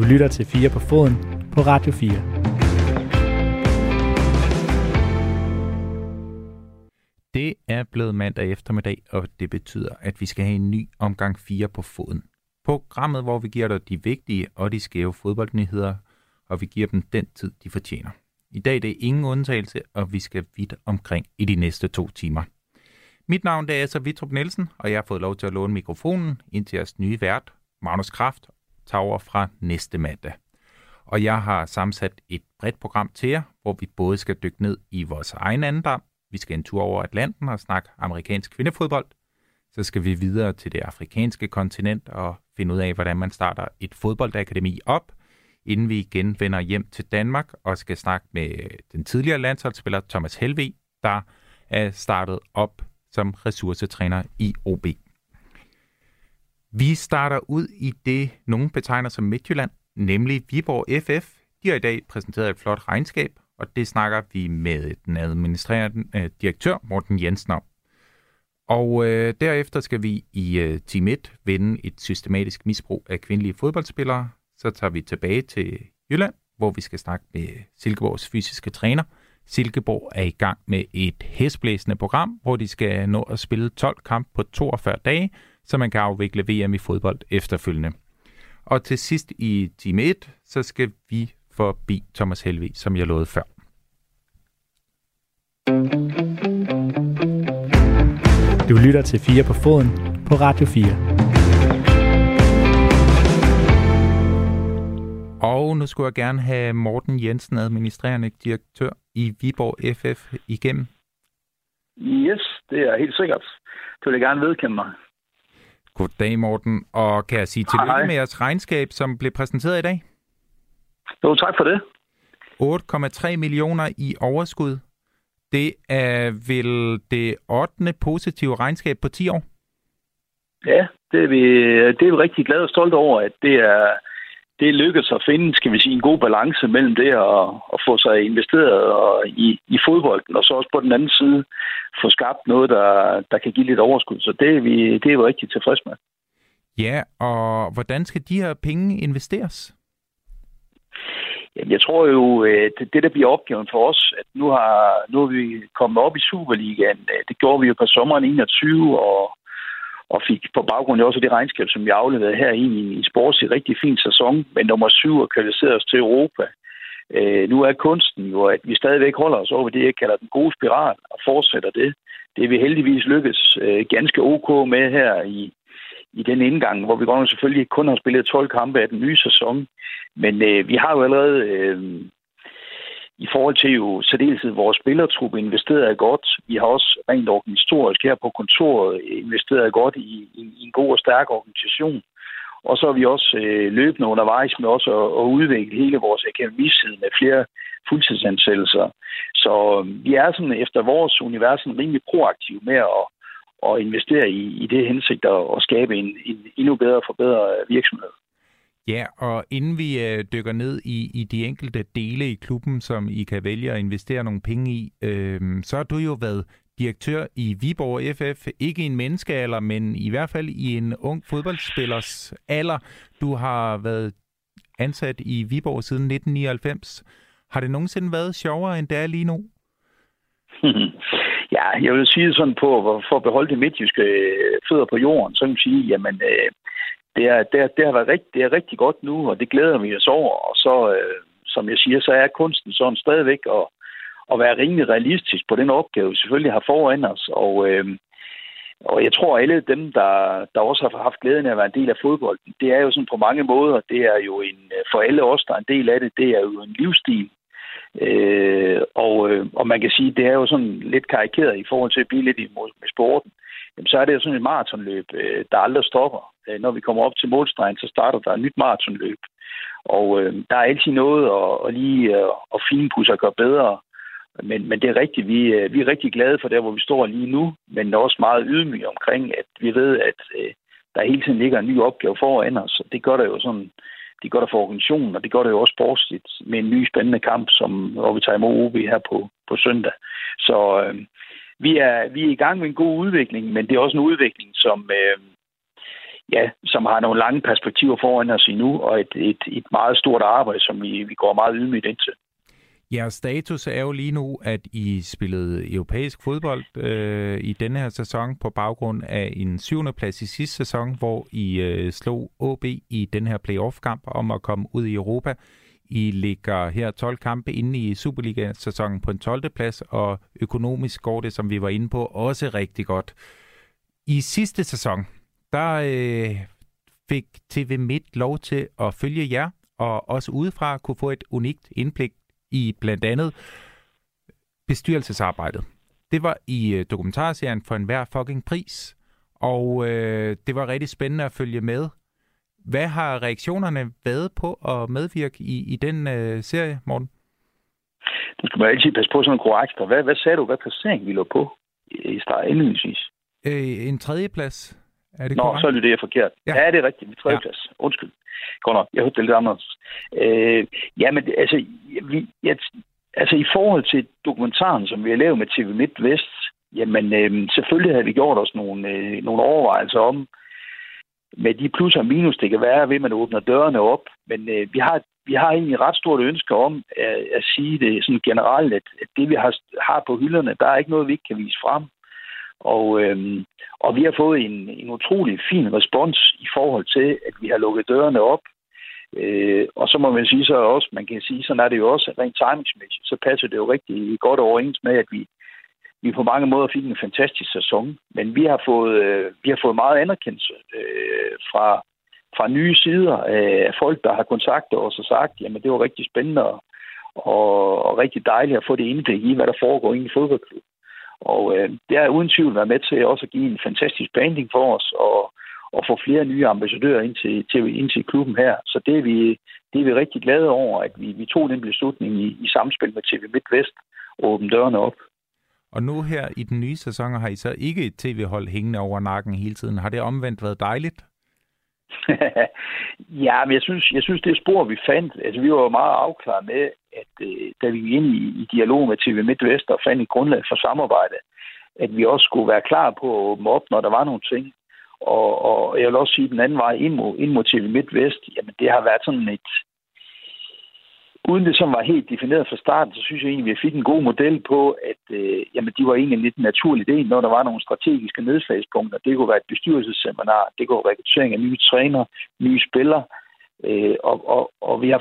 lytter til 4 på foden på Radio 4. Det er blevet mandag eftermiddag, og det betyder, at vi skal have en ny omgang 4 på foden. Programmet, hvor vi giver dig de vigtige og de skæve fodboldnyheder, og vi giver dem den tid, de fortjener. I dag det er ingen undtagelse, og vi skal vidt omkring i de næste 2 timer. Mit navn er Asser Wittrup Nielsen, og jeg har fået lov til at låne mikrofonen ind til jeres nye vært, Magnus Kraft, tager over fra næste mandag. Og jeg har sammensat et bredt program til jer, hvor vi både skal dykke ned i vores egen andendam, vi skal en tur over Atlanten og snakke amerikansk kvindefodbold, så skal vi videre til det afrikanske kontinent og finde ud af, hvordan man starter et fodboldakademi op, inden vi igen vender hjem til Danmark og skal snakke med den tidligere landsholdsspiller Thomas Helveg, der er startet op som ressourcetræner i OB. Vi starter ud i det, nogen betegner som Midtjylland, nemlig Viborg FF. De har i dag præsenteret et flot regnskab, og det snakker vi med den administrerende direktør Morten Jensen om. Og derefter skal vi i Team 1 vende et systematisk misbrug af kvindelige fodboldspillere. Så tager vi tilbage til Jylland, hvor vi skal snakke med Silkeborgs fysiske træner. Silkeborg er i gang med et hæsblæsende program, hvor de skal nå at spille 12 kampe på 42 dage, så man kan afvikle VM i fodbold efterfølgende. Og til sidst i Team 1, så skal vi forbi Thomas Helveg, som jeg lovede før. Du lytter til 4 på foden på Radio 4. Og nu skulle jeg gerne have Morten Jensen, administrerende direktør i Viborg FF, igennem. Yes, det er helt sikkert. Det vil jeg gerne vedkende mig. Goddag, Morten. Og kan jeg sige tillykke med jeres regnskab, som blev præsenteret i dag? Jo, tak for det. 8,3 millioner i overskud. Det er vel det 8. positive regnskab på 10 år? Ja, det er vi rigtig glade og stolte over, at det lykkedes at finde, skal vi sige, en god balance mellem det at få sig investeret i fodbolden, og så også på den anden side få skabt noget, der kan give lidt overskud. Så det er vi rigtig tilfredse med. Ja, og hvordan skal de her penge investeres? Jamen, jeg tror jo, det der bliver opgaven for os, at nu er vi kommet op i Superligaen. Det gjorde vi jo på sommeren 21, og fik på baggrund også af det regnskab, som vi afleverede her i Sports i rigtig fin sæson, med nummer 7 og kvalificeret os til Europa. Nu er kunsten jo, at vi stadigvæk holder os over det, jeg kalder den gode spiral, og fortsætter det. Det er vi heldigvis lykkes ganske ok med her i den indgang, hvor vi godt nok selvfølgelig kun har spillet 12 kampe af den nye sæson. Men vi har jo allerede i forhold til jo særdeleshed vores spillertruppe investeret godt. Vi har også rent organisatorisk her på kontoret investeret godt i en god og stærk organisation. Og så har vi også løbende undervejs med også at udvikle hele vores akademiside med flere fuldtidsansættelser. Så vi er sådan efter vores univers rimelig proaktive med at investere i det hensigt og skabe en endnu bedre og forbedret virksomhed. Ja, og inden vi dykker ned i de enkelte dele i klubben, som I kan vælge at investere nogle penge i, så har du jo været direktør i Viborg FF. Ikke i en menneskealder, men i hvert fald i en ung fodboldspillers alder. Du har været ansat i Viborg siden 1999. Har det nogensinde været sjovere, end det er lige nu? Ja, jeg vil sige det sådan på, for at beholde det midtjyske fødder på jorden, så kan man sige, jamen det har været rigtig godt nu, og det glæder vi os over. Og så, som jeg siger, så er kunsten sådan stadigvæk at være rimelig realistisk på den opgave, vi selvfølgelig har foran os. Og jeg tror, alle dem, der også har haft glæden af at være en del af fodbolden, det er jo sådan på mange måder, det er jo for alle os, der er en del af det, det er jo en livsstil. Og man kan sige, det er jo sådan lidt karikeret i forhold til at blive lidt imod med sporten. Jamen, så er det jo sådan et maratonløb, der aldrig stopper. Når vi kommer op til målstregen, så starter der et nyt maratonløb. Og der er altid noget at lige at finpudse og gøre bedre. Men det er rigtigt, vi er rigtig glade for der, hvor vi står lige nu, men er også meget ydmyge omkring, at vi ved, at der hele tiden ligger en ny opgave foran os. Det gør der jo sådan, det gør der for organisationen, og det gør der jo også sportsligt med en ny spændende kamp, hvor vi tager imod OB her på søndag. Så vi er i gang med en god udvikling, men det er også en udvikling, som som har nogle lange perspektiver foran os endnu, og et meget stort arbejde, som vi går meget ydmygt ind til. Jeres status er jo lige nu, at I spillede europæisk fodbold i denne her sæson på baggrund af en 7. plads i sidste sæson, hvor I slog AaB i den her playoff-kamp om at komme ud i Europa. I ligger her 12 kampe inde i Superliga-sæsonen på en 12. plads, og økonomisk går det, som vi var inde på, også rigtig godt. I sidste sæson, der fik TV Midt lov til at følge jer, og også udefra kunne få et unikt indblik i blandt andet bestyrelsesarbejdet. Det var i dokumentarserien For enhver fucking pris, og det var rigtig spændende at følge med. Hvad har reaktionerne været på at medvirke i den serie, Morten? Du skal altid passe på sådan en korrekt. Hvad sagde du? Hvad placering vi lå på i starten indledningsvis? En 3. plads. Er det korrekt? Nå, så er det forkert. Ja, det er rigtigt. En 3. plads. Undskyld. Godt nok. Jeg hørte det lidt anderledes. Men altså i forhold til dokumentaren, som vi har lavet med TV Midt Vest, jamen selvfølgelig havde vi gjort os nogle overvejelser om, med de plus og minus, det kan være, ved man åbner dørene op. Men vi har egentlig ret stort ønske om at sige det sådan generelt, at det vi har på hylderne, der er ikke noget, vi ikke kan vise frem. Og vi har fået en utrolig fin respons i forhold til, at vi har lukket dørene op. Og så må man sige så også, man kan sige, sådan er det jo også rent timingsmæssigt, så passer det jo rigtig godt overens med, at vi på mange måder fik en fantastisk sæson. Men vi har fået meget anerkendelse fra nye sider af folk, der har kontaktet os og sagt, jamen det var rigtig spændende og rigtig dejligt at få det indblik i, hvad der foregår inde i fodboldklub. Og det er uden tvivl været med til også at give en fantastisk branding for os og få flere nye ambassadører ind til klubben her. Så det er vi rigtig glade over, at vi tog den beslutning i samspil med TV Midt Vest og åbne dørene op. Og nu her i den nye sæson har I så ikke et tv-hold hængende over nakken hele tiden. Har det omvendt været dejligt? Ja, men jeg synes det spor, vi fandt, altså vi var jo meget afklaret med, at da vi gik ind i dialog med TV Midt Vest og fandt et grundlag for samarbejde, at vi også skulle være klar på at åbne op, når der var nogle ting. Og jeg vil også sige, den anden vej ind mod TV Midt Vest, jamen det har været sådan et, uden det som var helt defineret fra starten, så synes jeg egentlig, at vi fik en god model på, at de var egentlig lidt naturligt det, når der var nogle strategiske nedslagspunkter. Det kunne være et bestyrelsesseminar, det kunne være rekruttering af nye trænere, nye spillere, og vi har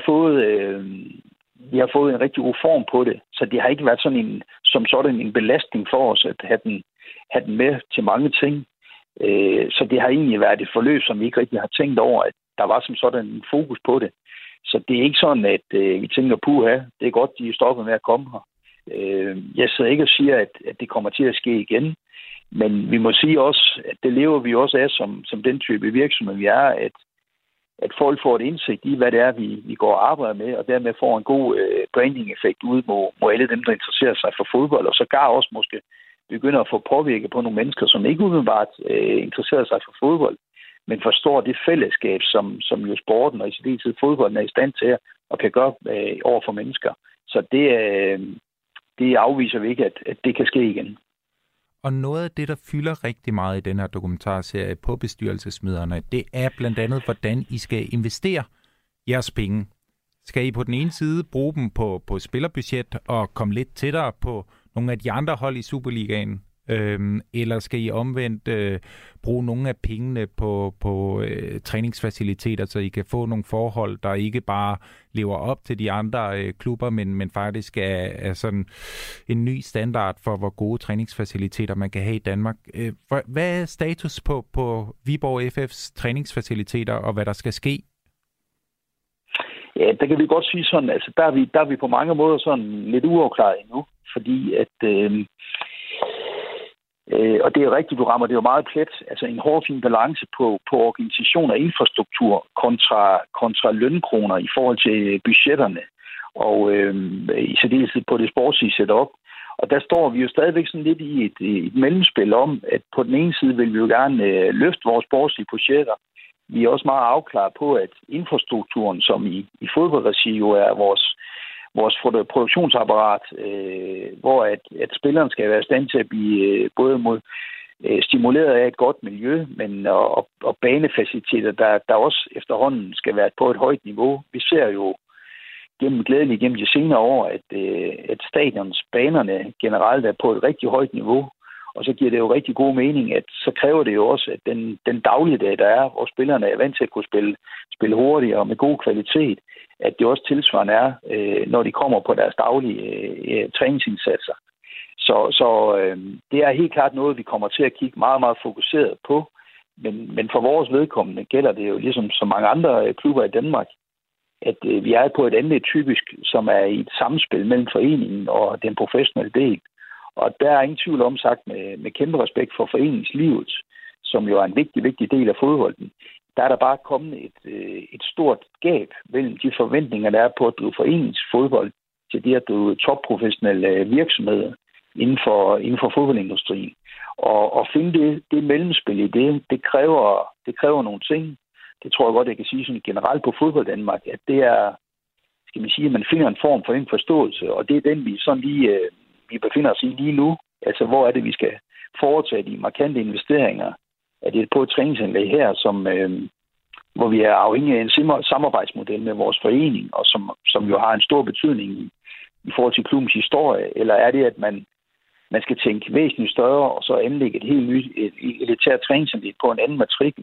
fået en rigtig god form på det, så det har ikke været sådan en belastning for os at have den med til mange ting. Så det har egentlig været et forløb, som vi ikke rigtig har tænkt over, at der var som sådan en fokus på det. Så det er ikke sådan, at vi tænker, puha, det er godt, de er stoppet med at komme her. Jeg sidder ikke og siger, at det kommer til at ske igen, men vi må sige også, at det lever vi også af som den type virksomhed, vi er, at folk får et indsigt i, hvad det er, vi går og arbejder med, og dermed får en god branding-effekt ud mod alle dem, der interesserer sig for fodbold, og sågar også måske begynder at få påvirket på nogle mennesker, som ikke umiddelbart interesserer sig for fodbold, men forstår det fællesskab, som jo sporten og i særdeleshed fodbolden er i stand til at kan gøre over for mennesker. Så det afviser vi ikke, at det kan ske igen. Og noget af det, der fylder rigtig meget i den her dokumentarserie på bestyrelsesmøderne, det er blandt andet, hvordan I skal investere jeres penge. Skal I på den ene side bruge dem på spillerbudget og komme lidt tættere på nogle af de andre hold i Superligaen? Eller skal I omvendt bruge nogle af pengene på træningsfaciliteter, så I kan få nogle forhold, der ikke bare lever op til de andre klubber, men faktisk er sådan en ny standard for, hvor gode træningsfaciliteter man kan have i Danmark. Hvad er status på Viborg FF's træningsfaciliteter, og hvad der skal ske? Ja, der kan vi godt sige sådan, altså der er vi på mange måder sådan lidt uafklaret endnu, fordi at og det er rigtigt, du rammer det jo meget plet. Altså en hårfin balance på organisation og infrastruktur kontra lønkroner i forhold til budgetterne, og i særdeleshed på det sportslige setup. Og der står vi jo stadigvæk sådan lidt i et mellemspil om, at på den ene side vil vi jo gerne løfte vores sportslige budgetter. Vi er også meget afklaret på, at infrastrukturen, som i fodboldregi jo er vores produktionsapparat, hvor at spilleren skal være i stand til at blive både stimuleret af et godt miljø, men og banefaciliteter, der også efterhånden skal være på et højt niveau. Vi ser jo glædeligt gennem de senere år, at stadions banerne generelt er på et rigtig højt niveau, og så giver det jo rigtig god mening, at så kræver det jo også, at den dagligdag, der er, hvor spillerne er vant til at kunne spille hurtigt og med god kvalitet, at det også tilsvarende er, når de kommer på deres daglige træningsindsatser. Så det er helt klart noget, vi kommer til at kigge meget, meget fokuseret på, men for vores vedkommende gælder det jo ligesom så mange andre klubber i Danmark, at vi er på et andet typisk, som er i et samspil mellem foreningen og den professionelle del. Og der er ingen tvivl om, sagt med kæmpe respekt for foreningslivet, som jo er en vigtig del af fodbolden, der er der bare kommet et stort gab mellem de forventninger, der er på at drive foreningsfodbold til de at drive topprofessionelle virksomheder inden for fodboldindustrien. Og finde det mellemspil i det kræver nogle ting. Det tror jeg godt, jeg kan sige sådan generelt på fodbold Danmark, at det er, skal man sige, at man finder en form for en forståelse, og det er den, vi sådan lige vi befinder os i lige nu. Altså, hvor er det, vi skal foretage de markante investeringer? Er det på et træningsanlæg her, hvor vi er afhængige af en samarbejdsmodel med vores forening, og som jo har en stor betydning i forhold til klubbens historie? Eller er det, at man skal tænke væsentligt større, og så anlægge et helt nyt elitært træningsanlæg på en anden matrikel?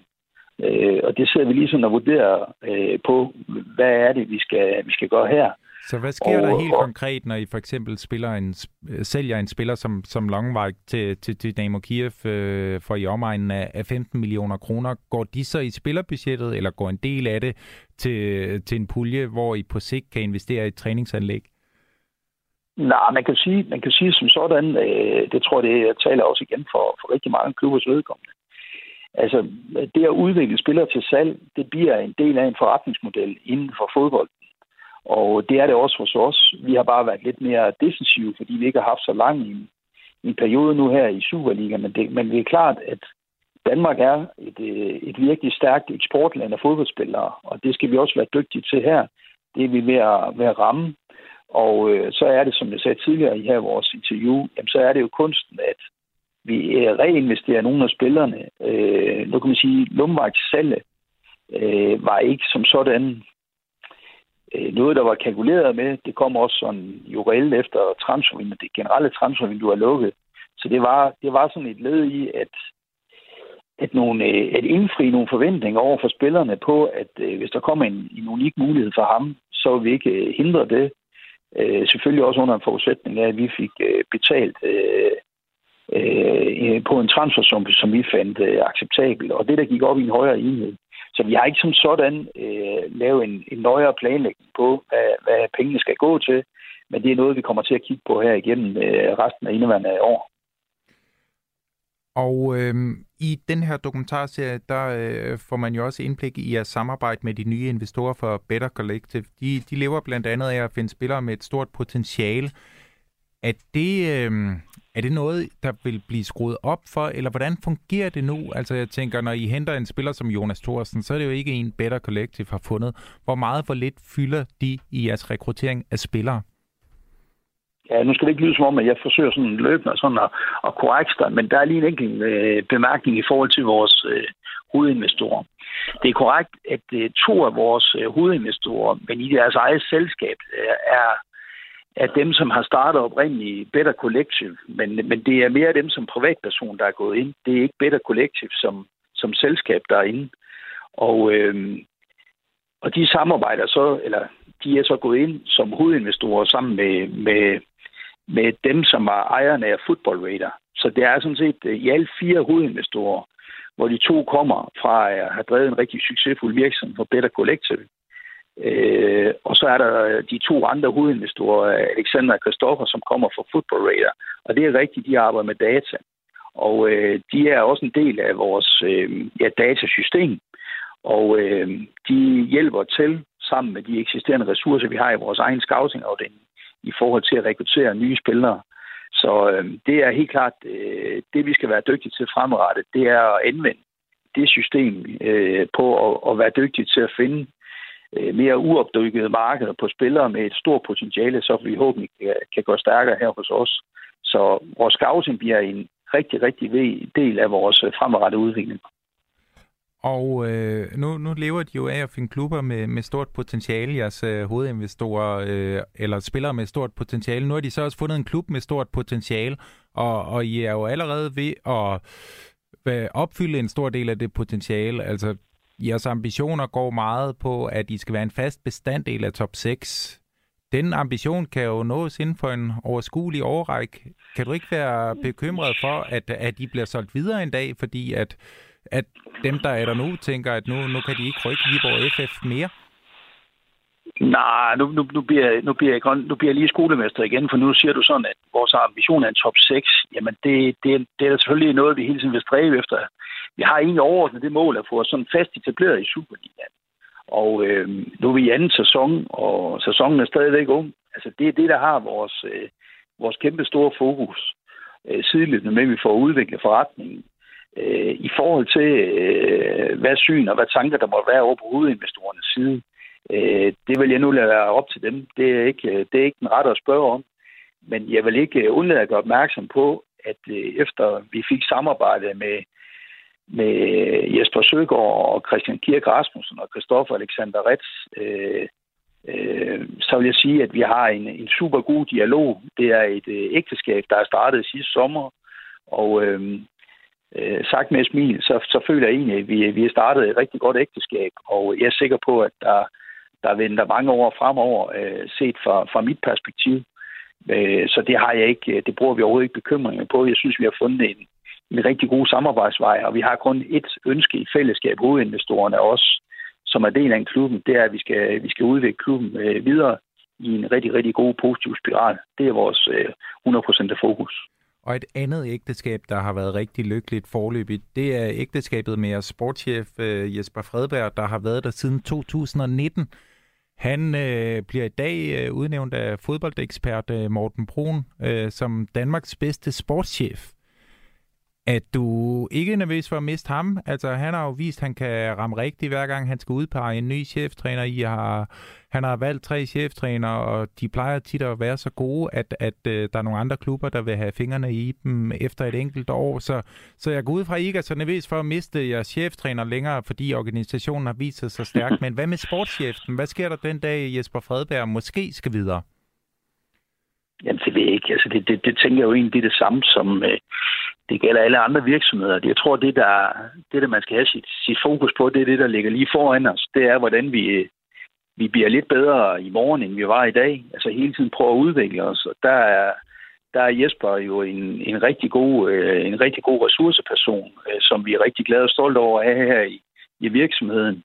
Og det sidder vi lige sådan og vurderer på, hvad er det, vi skal gøre her. Så hvad sker der helt konkret, når I for eksempel sælger en spiller som Longmark til Dynamo Kiev for i omegnen af 15 millioner kroner? Går de så i spillerbudgettet, eller går en del af det til en pulje, hvor I på sigt kan investere i et træningsanlæg? Nej, man kan sige som sådan, det tror jeg taler også igen for rigtig mange klubbers vedkommende. Altså, det at udvikle spillere til salg, det bliver en del af en forretningsmodel inden for fodbold. Og det er det også hos os. Vi har bare været lidt mere defensive, fordi vi ikke har haft så lang en periode nu her i Superligaen. Men det er klart, at Danmark er et virkelig stærkt eksportland af fodboldspillere, og det skal vi også være dygtige til her. Det er vi ved at ramme. Og så er det, som jeg sagde tidligere i her vores interview, jamen, så er det jo kunsten, at vi reinvesterer nogle af spillerne. Nu kan man sige, at Lombards salg var ikke som sådan noget, der var kalkuleret med. Det kom også sådan jo reelt efter transfervinduet, det generelle transfervindue er lukket. Så det var sådan et led i, at indfri nogle forventninger over for spillerne på, at hvis der kommer en unik mulighed for ham, så vil vi ikke hindre det. Selvfølgelig også under en forudsætning af, at vi fik betalt på en transfersum, som vi fandt acceptabel, og det, der gik op i en højere enhed. Så vi har ikke som sådan lavet en nøjere planlægning på, hvad pengene skal gå til, men det er noget, vi kommer til at kigge på her igennem resten af indeværende år. Og i den her dokumentarserie, der får man jo også indblik i at samarbejde med de nye investorer for Better Collective. De lever blandt andet af at finde spillere med et stort potentiale. Er det noget, der vil blive skruet op for, eller hvordan fungerer det nu? Altså jeg tænker, når I henter en spiller som Jonas Thorsen, så er det jo ikke en Better Collective har fundet. Hvor lidt fylder de i jeres rekruttering af spillere? Ja, nu skal det ikke lyde som om, at jeg forsøger sådan løbende sådan at korrekte dig, men der er lige en enkelt bemærkning i forhold til vores hovedinvestorer. Det er korrekt, at 2 af vores hovedinvestorer, men i deres eget selskab, er dem, som har startet oprindeligt Better Collective, men det er mere dem som privatperson, der er gået ind. Det er ikke Better Collective som selskab, der er inde. Og de samarbejder så, eller de er så gået ind som hovedinvestorer sammen med dem, som er ejerne af Football Radar. Så det er sådan set i alle 4 hovedinvestorer, hvor de 2 kommer fra at have drevet en rigtig succesfuld virksomhed for Better Collective. Og så er der de 2 andre hovedinvestorer, Alexander og Christoffer, som kommer fra Football Radar. Og det er rigtigt, de arbejder med data. Og de er også en del af vores datasystem. Og de hjælper til sammen med de eksisterende ressourcer, vi har i vores egen scouting-afdeling i forhold til at rekruttere nye spillere. Så det er helt klart, det vi skal være dygtige til fremadrettet, det er at anvende det system på at være dygtige til at finde mere uopdyrkede markeder på spillere med et stort potentiale, så vi håber, kan gå stærkere her hos os. Så vores scouting bliver en rigtig, rigtig del af vores fremadrettede udvikling. Og nu lever de jo af at finde klubber med stort potentiale, jeres hovedinvestorer, eller spillere med stort potentiale. Nu har de så også fundet en klub med stort potentiale, og I er jo allerede ved at opfylde en stor del af det potentiale. Altså, jeres ambitioner går meget på, at I skal være en fast bestanddel af top 6. Den ambition kan jo nås inden for en overskuelig årrække. Kan du ikke være bekymret for, at de bliver solgt videre en dag, fordi at dem, der er der nu, tænker, at nu kan de ikke rykke Viborg FF mere? Nej, nu bliver jeg lige skolemester igen, for nu siger du sådan, at vores ambition er en top 6. Jamen, det er da selvfølgelig noget, vi hele tiden vil stræbe efter. Vi har egentlig overordnet det mål at få os sådan fast etableret i Superligaen. Og nu er vi i anden sæson, og sæsonen er stadigvæk ung. Altså, det er det, der har vores kæmpe store fokus sideløbende med, at vi får udviklet forretningen. I forhold til, hvad syn og hvad tanker, der må være over på hovedinvestorernes side, det vil jeg nu lade være op til dem. Det er ikke den rette at spørge om. Men jeg vil ikke undlade at gøre opmærksom på, at efter vi fik samarbejde med Jesper Søgaard og Christian Kirk Rasmussen og Christoffer Alexander Retz, så vil jeg sige, at vi har en super god dialog. Det er et ægteskab, der er startet sidste sommer, og sagt med et smil, så føler jeg egentlig, at vi har startet et rigtig godt ægteskab, og jeg er sikker på, at der venter mange år fremover, set fra mit perspektiv. Så det har jeg ikke, det bruger vi overhovedet ikke bekymringer på. Jeg synes, vi har fundet en rigtig god samarbejdsvej, og vi har kun et ønske i fællesskab, hovedinvestorerne også, som er del af en klubben, det er, at vi skal udvikle klubben videre i en rigtig, rigtig god positiv spiral. Det er vores 100% af fokus. Og et andet ægteskab, der har været rigtig lykkeligt forløbigt, det er ægteskabet med jeres sportschef Jesper Fredberg, der har været der siden 2019. Han bliver i dag udnævnt af fodboldekspert Morten Brun som Danmarks bedste sportschef. Er du ikke nervøs for at miste ham? Altså, han har jo vist, at han kan ramme rigtigt, hver gang han skal udpege en ny cheftræner. Han har valgt 3 cheftrænere, og de plejer tit at være så gode, at der er nogle andre klubber, der vil have fingrene i dem efter et enkelt år. Så jeg går ud fra, at I ikke er så nervøs for at miste jeres cheftræner længere, fordi organisationen har vist sig så stærkt. Men hvad med sportschefen? Hvad sker der den dag, Jesper Fredberg måske skal videre? Jamen, det ved jeg ikke. Altså, det tænker jeg jo egentlig, det er det samme som det gælder alle andre virksomheder. Jeg tror, det der man skal have sit fokus på, det er det, der ligger lige foran os. Det er, hvordan vi bliver lidt bedre i morgen, end vi var i dag. Altså hele tiden prøve at udvikle os. Og der er Jesper jo en rigtig god ressourceperson, som vi er rigtig glade og stolte over at have her i virksomheden.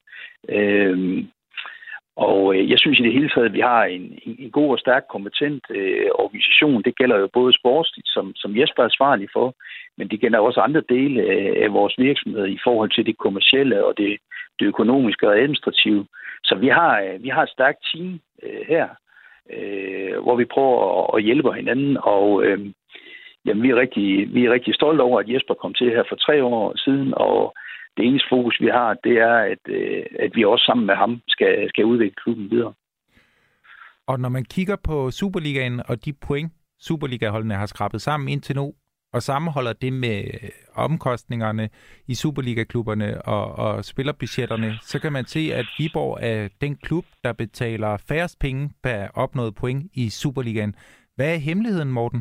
Og jeg synes i det hele taget, at vi har en god og stærk, kompetent organisation. Det gælder jo både sportsligt, som Jesper er ansvarlig for, men det gælder også andre dele af vores virksomhed i forhold til det kommercielle og det økonomiske og administrative. Så vi har et stærkt team her, hvor vi prøver at hjælpe hinanden. Og jamen, vi er rigtig stolte over, at Jesper kom til her for 3 år siden, og det eneste fokus, vi har, det er, at vi også sammen med ham skal udvikle klubben videre. Og når man kigger på Superligaen og de point, Superliga-holdene har skrabet sammen indtil nu, og sammenholder det med omkostningerne i Superliga-klubberne og spillerbudgetterne, så kan man se, at Viborg er den klub, der betaler færrest penge per opnået point i Superligaen. Hvad er hemmeligheden, Morten?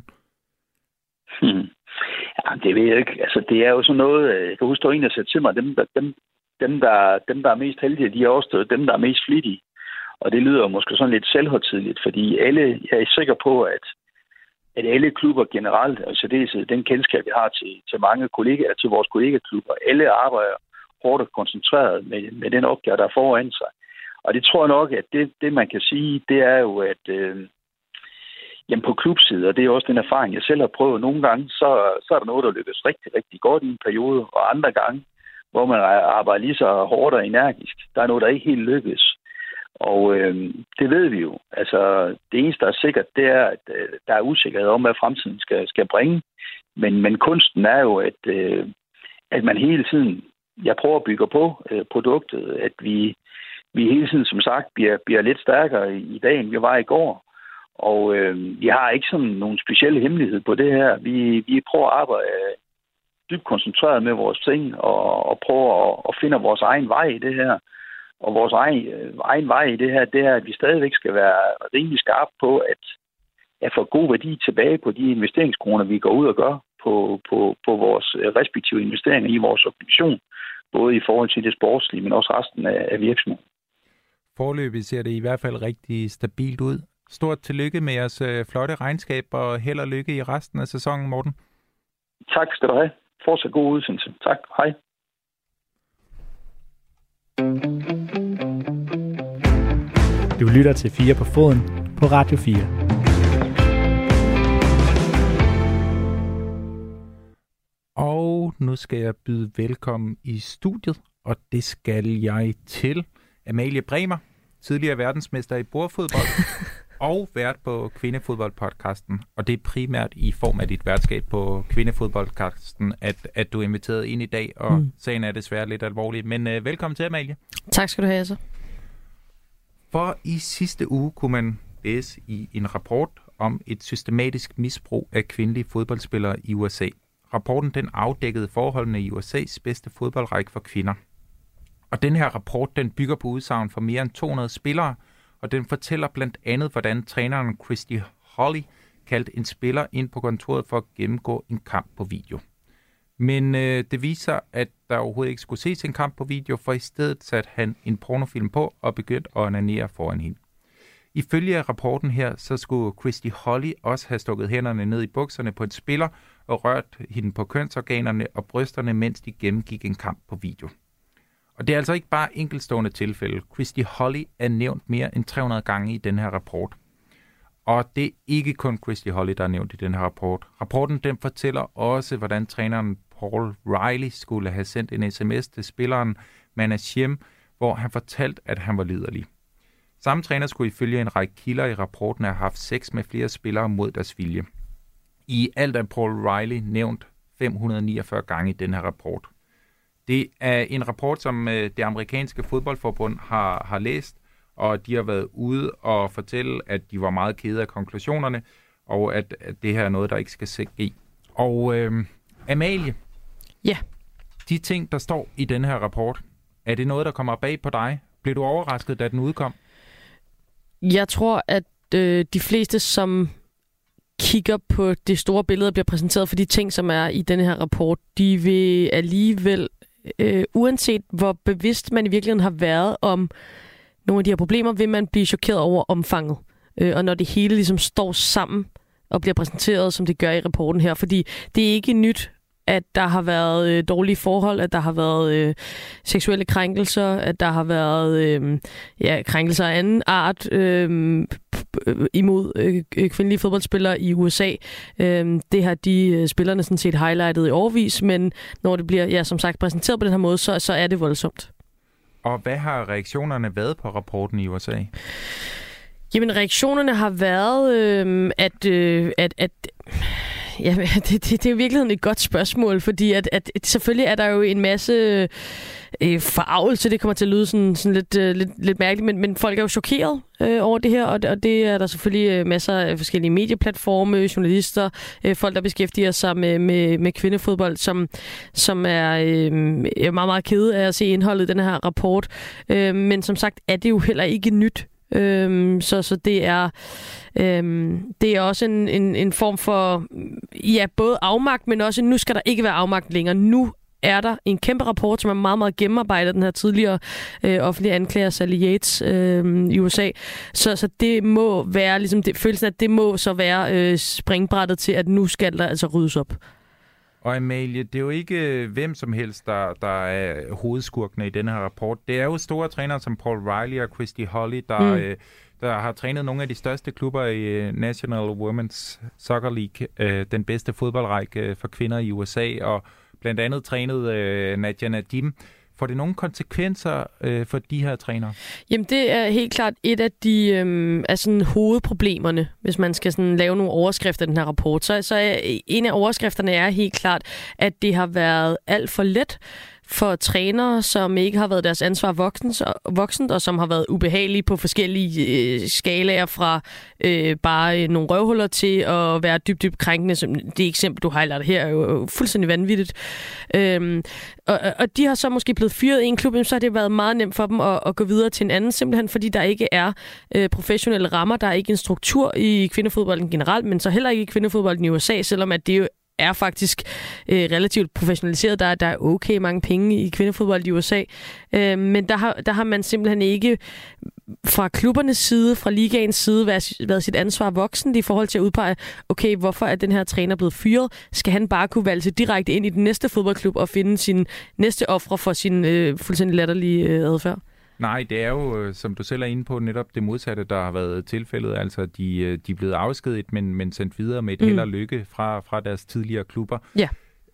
Ja, det ved jeg ikke. Altså, det er jo sådan noget. Jeg kan huske, der var en, der sagde til mig, dem, der er mest heldige, de er også dem, der er mest flittige. Og det lyder måske sådan lidt selvhøjtideligt, fordi jeg er sikker på, at alle klubber generelt, altså det er den kendskab, vi har til mange kollegaer, til vores kollegaklubber, alle arbejder hårdt og koncentreret med den opgave, der er foran sig. Og det tror jeg nok, at det man kan sige, det er jo, at jamen på klubside, og det er også den erfaring, jeg selv har prøvet nogle gange, så er der noget, der lykkes rigtig, rigtig godt i en periode, og andre gange, hvor man arbejder lige så hårdt og energisk, der er noget, der ikke helt lykkes. Og det ved vi jo. Altså, det eneste, der er sikkert, det er, at der er usikkerhed om, hvad fremtiden skal bringe. Men kunsten er jo, at man hele tiden, jeg prøver at bygge på produktet, at vi hele tiden, som sagt, bliver lidt stærkere i dag, end vi var i går. Og vi har ikke sådan nogen specielle hemmelighed på det her. Vi prøver at arbejde dybt koncentreret med vores ting og prøver at finde vores egen vej i det her. Og vores egen vej i det her, det er, at vi stadigvæk skal være rimelig skarpe på at få god værdi tilbage på de investeringskroner, vi går ud og gør på vores respektive investeringer i vores organisation. Både i forhold til det sportslige, men også resten af virksomheden. Foreløbig ser det i hvert fald rigtig stabilt ud. Stort tillykke med jeres flotte regnskab, og held og lykke i resten af sæsonen, Morten. Tak skal du have. Fortsat god udsendelse. Tak. Hej. Du lytter til 4 på foden på Radio 4. Og nu skal jeg byde velkommen i studiet, og det skal jeg til Amalie Bremer, tidligere verdensmester i bordfodbold og vært på Kvindefodboldpodcasten. Og det er primært i form af dit værtskab på Kvindefodboldpodcasten, at du er inviteret ind i dag, og sagen er desværre lidt alvorlig. Men velkommen til, Amalie. Tak skal du have, så. For i sidste uge kunne man læse i en rapport om et systematisk misbrug af kvindelige fodboldspillere i USA. Rapporten den afdækkede forholdene i USA's bedste fodboldrække for kvinder. Og den her rapport den bygger på udsagn fra mere end 200 spillere, og den fortæller blandt andet, hvordan træneren Christy Holly kaldte en spiller ind på kontoret for at gennemgå en kamp på video. Men det viser, at der overhovedet ikke skulle ses en kamp på video, for i stedet satte han en pornofilm på og begyndte at onanere foran hende. Ifølge rapporten her, så skulle Christy Holly også have stukket hænderne ned i bukserne på en spiller og rørt hende på kønsorganerne og brysterne, mens de gennemgik en kamp på video. Og det er altså ikke bare enkeltstående tilfælde. Christy Holly er nævnt mere end 300 gange i den her rapport. Og det er ikke kun Christy Holly, der er nævnt i den her rapport. Rapporten den fortæller også, hvordan træneren Paul Riley skulle have sendt en sms til spilleren Manashem, hvor han fortalte, at han var liderlig. Samme træner skulle ifølge en række kilder i rapporten have haft sex med flere spillere mod deres vilje. I alt er Paul Riley nævnt 549 gange i den her rapport. Det er en rapport, som det amerikanske fodboldforbund har læst, og de har været ude og fortælle, at de var meget kede af konklusionerne, og at det her er noget, der ikke skal ske. Og Amalie, ja. De ting, der står i den her rapport, er det noget, der kommer bag på dig? Blev du overrasket, da den udkom? Jeg tror, at de fleste, som kigger på det store billede, bliver præsenteret for de ting, som er i denne her rapport, de vil alligevel, uanset hvor bevidst man i virkeligheden har været om nogle af de her problemer, vil man blive chokeret over omfanget. Og når det hele ligesom står sammen og bliver præsenteret, som det gør i rapporten her. Fordi det er ikke nyt, at der har været dårlige forhold, at der har været seksuelle krænkelser, at der har været krænkelser af anden art imod kvindelige fodboldspillere i USA. Det har de spillerne sådan set highlightet i årevis, men når det bliver, som sagt, præsenteret på den her måde, så er det voldsomt. Og hvad har reaktionerne været på rapporten i USA? Jamen, reaktionerne har været, det er i virkeligheden et godt spørgsmål, fordi at selvfølgelig er der jo en masse forarvelse, det kommer til at lyde sådan lidt mærkeligt, men folk er jo chokeret over det her, og det er der selvfølgelig masser af forskellige medieplatforme, journalister, folk, der beskæftiger sig med kvindefodbold, som er meget, meget kede af at se indholdet i den her rapport. Men som sagt er det jo heller ikke nyt. Så det er også en form for både afmagt, men også nu skal der ikke være afmagt længere. Nu er der en kæmpe rapport, som er meget, meget gennemarbejdet, den her tidligere offentlige anklager Sally Yates i USA. Så det må være ligesom følelsen, at det må så være springbrættet til, at nu skal der altså ryddes op. Og Amalie, det er jo ikke hvem som helst, der er hovedskurkene i den her rapport. Det er jo store trænere som Paul Riley og Christy Holly, der har trænet nogle af de største klubber i National Women's Soccer League, den bedste fodboldrække for kvinder i USA, og blandt andet trænet Nadia Nadim. Får det nogle konsekvenser for de her trænere? Jamen, det er helt klart et af de hovedproblemerne, hvis man skal sådan lave nogle overskrifter i den her rapport. Så en af overskrifterne er helt klart, at det har været alt for let for trænere, som ikke har været deres ansvar voksent, og som har været ubehagelige på forskellige skalaer fra bare nogle røvhuller til at være dybt krænkende. Som det eksempel, du highlighter her, er jo fuldstændig vanvittigt. Og de har så måske blevet fyret i en klub, så har det været meget nemt for dem at gå videre til en anden, simpelthen fordi der ikke er professionelle rammer, der er ikke en struktur i kvindefodbolden generelt, men så heller ikke i kvindefodbolden i USA, selvom at det jo er faktisk relativt professionaliseret. Der er okay mange penge i kvindefodbold i USA. Men der har man simpelthen ikke fra klubbernes side, fra ligaens side, været sit ansvar voksent i forhold til at udpege, okay, hvorfor er den her træner blevet fyret? Skal han bare kunne valge sig direkte ind i den næste fodboldklub og finde sin næste ofre for sin fuldstændig latterlige adfærd? Nej, det er jo, som du selv er inde på, netop det modsatte, der har været tilfældet. Altså, de er blevet afskediget, men sendt videre med et held og lykke fra deres tidligere klubber. Ja.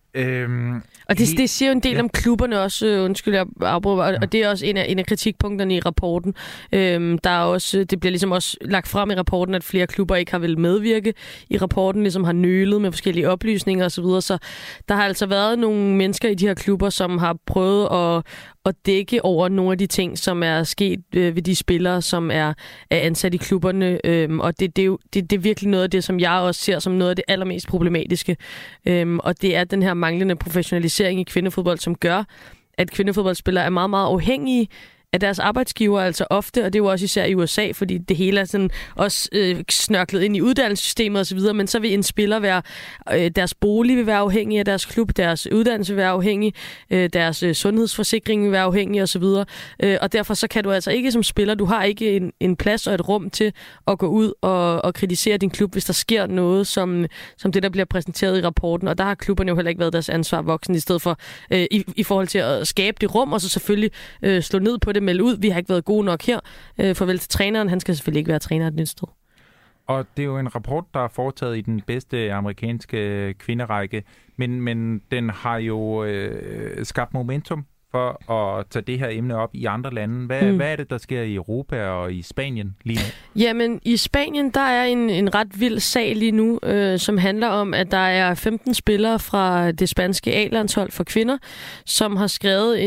Og det siger jo en del om klubberne også, undskyld, jeg afbryder, og det er også en af kritikpunkterne i rapporten. Der er også, det bliver ligesom også lagt frem i rapporten, at flere klubber ikke har vel medvirke i rapporten, ligesom har nølet med forskellige oplysninger osv. Så der har altså været nogle mennesker i de her klubber, som har prøvet at dække over nogle af de ting, som er sket ved de spillere, som er ansat i klubberne. Og det er virkelig noget af det, som jeg også ser som noget af det allermest problematiske. Og det er den her manglende professionalisering i kvindefodbold, som gør, at kvindefodboldspillere er meget, meget afhængige af deres arbejdsgiver, altså ofte, og det er jo også især i USA, fordi det hele er sådan også snørklet ind i uddannelsessystemet osv., men så vil en spiller være, deres bolig vil være afhængig af deres klub, deres uddannelse vil være afhængig, deres sundhedsforsikring vil være afhængig osv., og derfor så kan du altså ikke som spiller, du har ikke en plads og et rum til at gå ud og kritisere din klub, hvis der sker noget, som det, der bliver præsenteret i rapporten, og der har klubberne jo heller ikke været deres ansvar voksen, i stedet for i forhold til at skabe det rum, og så selvfølgelig slå ned på det, melde ud, vi har ikke været gode nok her. Farvel til træneren, han skal selvfølgelig ikke være træner et nyt sted. Og det er jo en rapport, der er foretaget i den bedste amerikanske kvinderække, men den har jo skabt momentum for at tage det her emne op i andre lande. Hvad er det, der sker i Europa og i Spanien lige nu? Jamen, i Spanien, der er en ret vild sag lige nu, som handler om, at der er 15 spillere fra det spanske A-landshold for kvinder, som har skrevet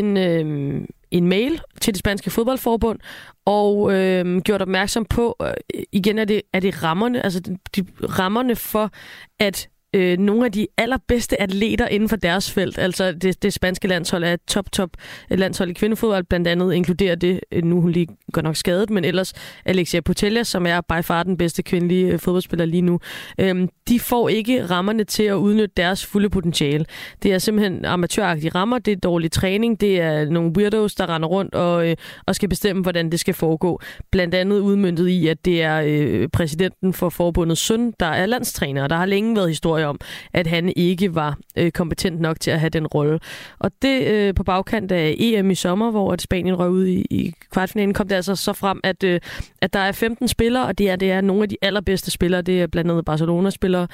en mail til det spanske fodboldforbund og gjort opmærksom på, igen er det rammerne, altså rammerne for, at nogle af de allerbedste atleter inden for deres felt, altså det spanske landshold er et top landshold i kvindefodbold, blandt andet inkluderer det, nu hun lige godt nok skadet, men ellers Alexia Putellas, som er by far den bedste kvindelige fodboldspiller lige nu. De får ikke rammerne til at udnytte deres fulde potentiale. Det er simpelthen amatøragtige rammer, det er dårlig træning, det er nogle weirdos, der render rundt og skal bestemme, hvordan det skal foregå. Blandt andet udmøntet i, at det er præsidenten for forbundets søn, der er landstræner, og der har længe været historie om, at han ikke var kompetent nok til at have den rolle. Og det på bagkant af EM i sommer, hvor Spanien røg ud i kvartfinalen, kom det altså så frem, at der er 15 spillere, og det er nogle af de allerbedste spillere. Det er blandt andet Barcelona-spillere,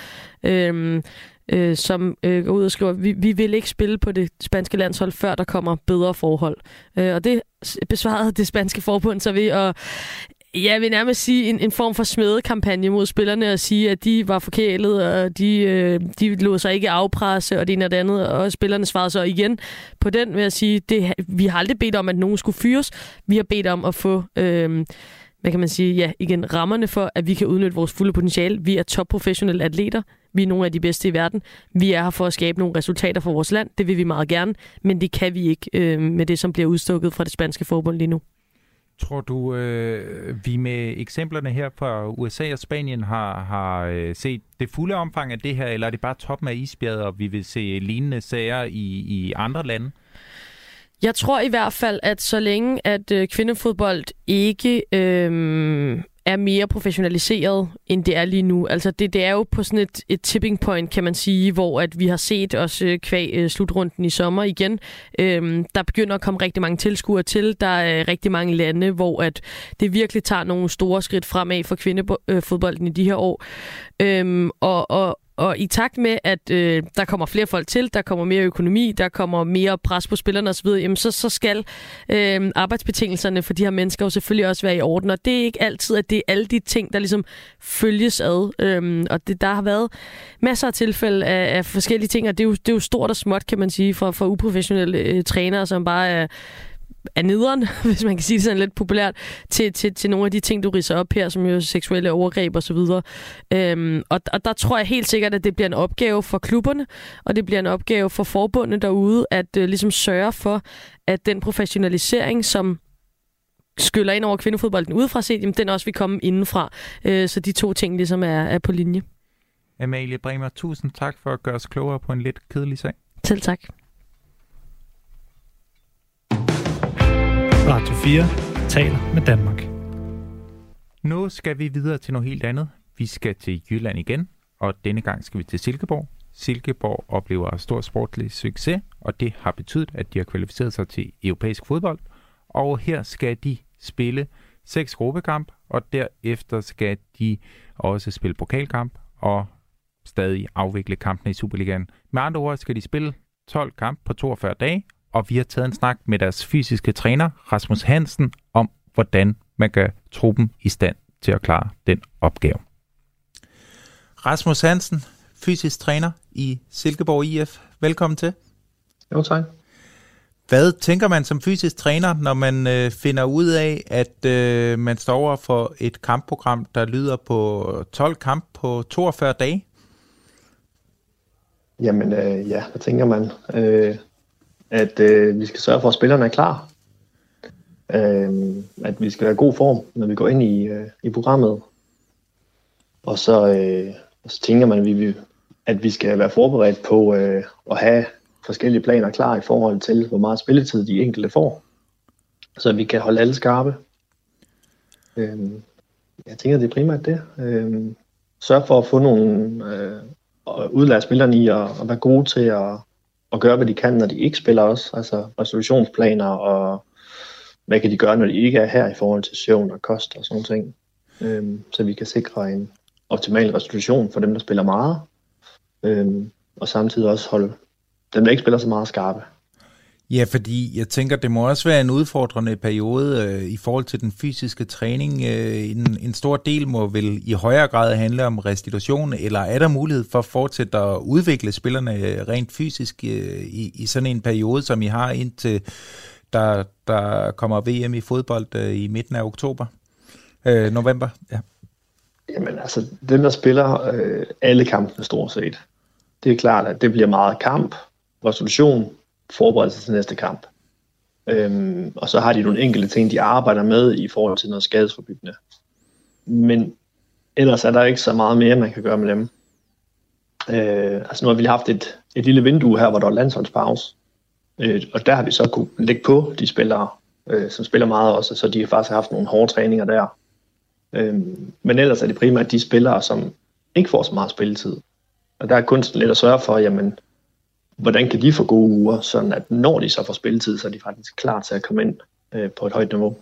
som går ud og skriver, vi vil ikke spille på det spanske landshold, før der kommer bedre forhold. Og det besvarede det spanske forbund så ved at jeg vil nærmest sige en form for smedekampagne mod spillerne og sige, at de var forkælet, og de lod sig ikke afpresse, og det ene og det andet, og spillerne svarede så igen på den ved at sige, vi har aldrig bedt om, at nogen skulle fyres. Vi har bedt om at få, hvad kan man sige, ja, igen, rammerne for, at vi kan udnytte vores fulde potentiale. Vi er topprofessionelle atleter. Vi er nogle af de bedste i verden. Vi er her for at skabe nogle resultater for vores land. Det vil vi meget gerne, men det kan vi ikke med det, som bliver udstukket fra det spanske forbund lige nu. Tror du, vi med eksemplerne her fra USA og Spanien har set det fulde omfang af det her, eller er det bare toppen af isbjerget, og vi vil se lignende sager i andre lande? Jeg tror i hvert fald, at så længe at kvindefodbold ikke er mere professionaliseret, end det er lige nu. Altså det er jo på sådan et tipping point, kan man sige, hvor at vi har set også kvæg slutrunden i sommer igen. Der begynder at komme rigtig mange tilskuere til. Der er rigtig mange lande, hvor at det virkelig tager nogle store skridt fremad for kvindefodbolden i de her år. Og i takt med, at der kommer flere folk til, der kommer mere økonomi, der kommer mere pres på spillerne osv., jamen så skal arbejdsbetingelserne for de her mennesker jo selvfølgelig også være i orden. Og det er ikke altid, at det er alle de ting, der ligesom følges ad. Og der har været masser af tilfælde af forskellige ting, og det er jo stort og småt, kan man sige, for uprofessionelle trænere, som bare er nederen, hvis man kan sige det sådan lidt populært, til nogle af de ting, du ridser op her, som jo seksuelle overgreb og så videre. Og der tror jeg helt sikkert, at det bliver en opgave for klubberne, og det bliver en opgave for forbundene derude, at ligesom sørge for, at den professionalisering, som skyller ind over kvindefodbolden udefra set, jamen, den også vil komme indenfra. Så de to ting ligesom er på linje. Amalie Bremer, tusind tak for at gøre os klogere på en lidt kedelig sag. Selv tak. Radio 4 taler med Danmark. Nu skal vi videre til noget helt andet. Vi skal til Jylland igen, og denne gang skal vi til Silkeborg. Silkeborg oplever stor sportlig succes, og det har betydet, at de har kvalificeret sig til europæisk fodbold. Og her skal de spille 6 gruppekamp, og derefter skal de også spille pokalkamp og stadig afvikle kampene i Superligaen. Med andre ord skal de spille 12 kampe på 42 dage, og vi har taget en snak med deres fysiske træner, Rasmus Hansen, om hvordan man kan truppen i stand til at klare den opgave. Rasmus Hansen, fysisk træner i Silkeborg IF. Velkommen til. Jo, tak. Hvad tænker man som fysisk træner, når man finder ud af, at man står over for et kampprogram, der lyder på 12 kamp på 42 dage? Jamen, hvad tænker man? At vi skal sørge for, at spillerne er klar. At vi skal være i god form, når vi går ind i programmet. Og så tænker man, at vi skal være forberedt på at have forskellige planer klar i forhold til, hvor meget spilletid de enkelte får. Så vi kan holde alle skarpe. Jeg tænker, det er primært det. Sørg for at få nogle udlære spillerne i at være gode til at gøre, hvad de kan, når de ikke spiller også. Altså resolutionsplaner, og hvad kan de gøre, når de ikke er her i forhold til søvn og kost og sådan ting. Så vi kan sikre en optimal resolution for dem, der spiller meget. Og samtidig også holde dem, der ikke spiller så meget, skarpe. Ja, fordi jeg tænker, det må også være en udfordrende periode i forhold til den fysiske træning. En stor del må vel i højere grad handle om restitution, eller er der mulighed for at fortsætte at udvikle spillerne rent fysisk i sådan en periode, som I har indtil der kommer VM i fodbold i midten af oktober? November, ja. Jamen altså, dem der spiller alle kampene stort set, det er klart, at det bliver meget kamp, resolution, forberedelse til næste kamp. Og så har de nogle enkelte ting, de arbejder med i forhold til noget skadesforbyggende. Men ellers er der ikke så meget mere, man kan gøre med dem. Altså nu har vi haft et lille vindue her, hvor der var landsholdspause. Og der har vi så kunne lægge på de spillere, som spiller meget også, så de har faktisk haft nogle hårde træninger der. Men ellers er det primært de spillere, som ikke får så meget spilletid. Og der er kunsten lidt at sørge for, jamen, hvordan kan de få gode uger, sådan at når de så får spilletid, så er de faktisk klar til at komme ind på et højt niveau.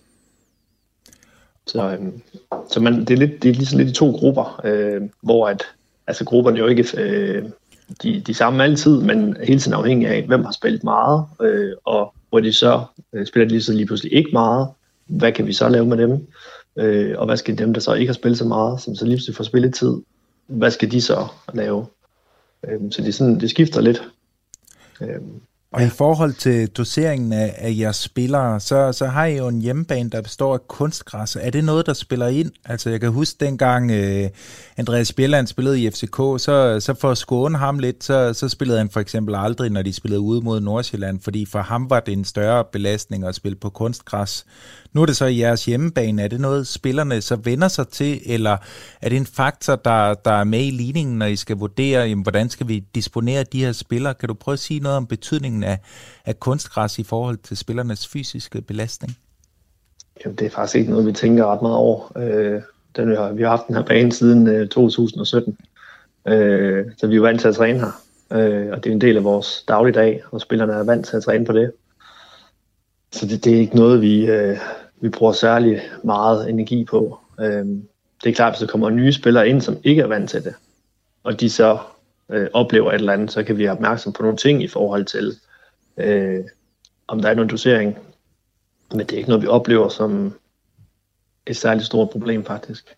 Så det er ligesom lidt i to grupper, hvor altså grupperne jo ikke de samme altid, men hele tiden afhængig af, hvem har spillet meget, og hvor de så spiller de lige pludselig ikke meget. Hvad kan vi så lave med dem? Og hvad skal dem, der så ikke har spillet så meget, som så lige pludselig får spilletid, hvad skal de så lave? Så det skifter lidt. Og i forhold til doseringen af jeres spillere, så har I jo en hjemmebane, der består af kunstgræs. Er det noget, der spiller ind? Altså jeg kan huske dengang Andreas Bjelland spillede i FCK, så for at skåne ham lidt, så spillede han for eksempel aldrig, når de spillede ude mod Nordsjælland, fordi for ham var det en større belastning at spille på kunstgræs. Nu er det så i jeres hjemmebane. Er det noget, spillerne så vender sig til, eller er det en faktor, der er med i ligningen, når I skal vurdere, jamen, hvordan skal vi disponere de her spillere? Kan du prøve at sige noget om betydningen af kunstgræs i forhold til spillernes fysiske belastning? Jamen, det er faktisk ikke noget, vi tænker ret meget over. Vi har haft den her bane siden 2017, så vi er jo vant til at træne her. Og det er en del af vores dagligdag, og spillerne er vant til at træne på det. Så det er ikke noget, vi bruger særlig meget energi på. Det er klart, hvis der kommer nye spillere ind, som ikke er vant til det, og de så oplever et eller andet, så kan vi være opmærksom på nogle ting i forhold til, om der er noget dosering. Men det er ikke noget, vi oplever som et særligt stort problem, faktisk.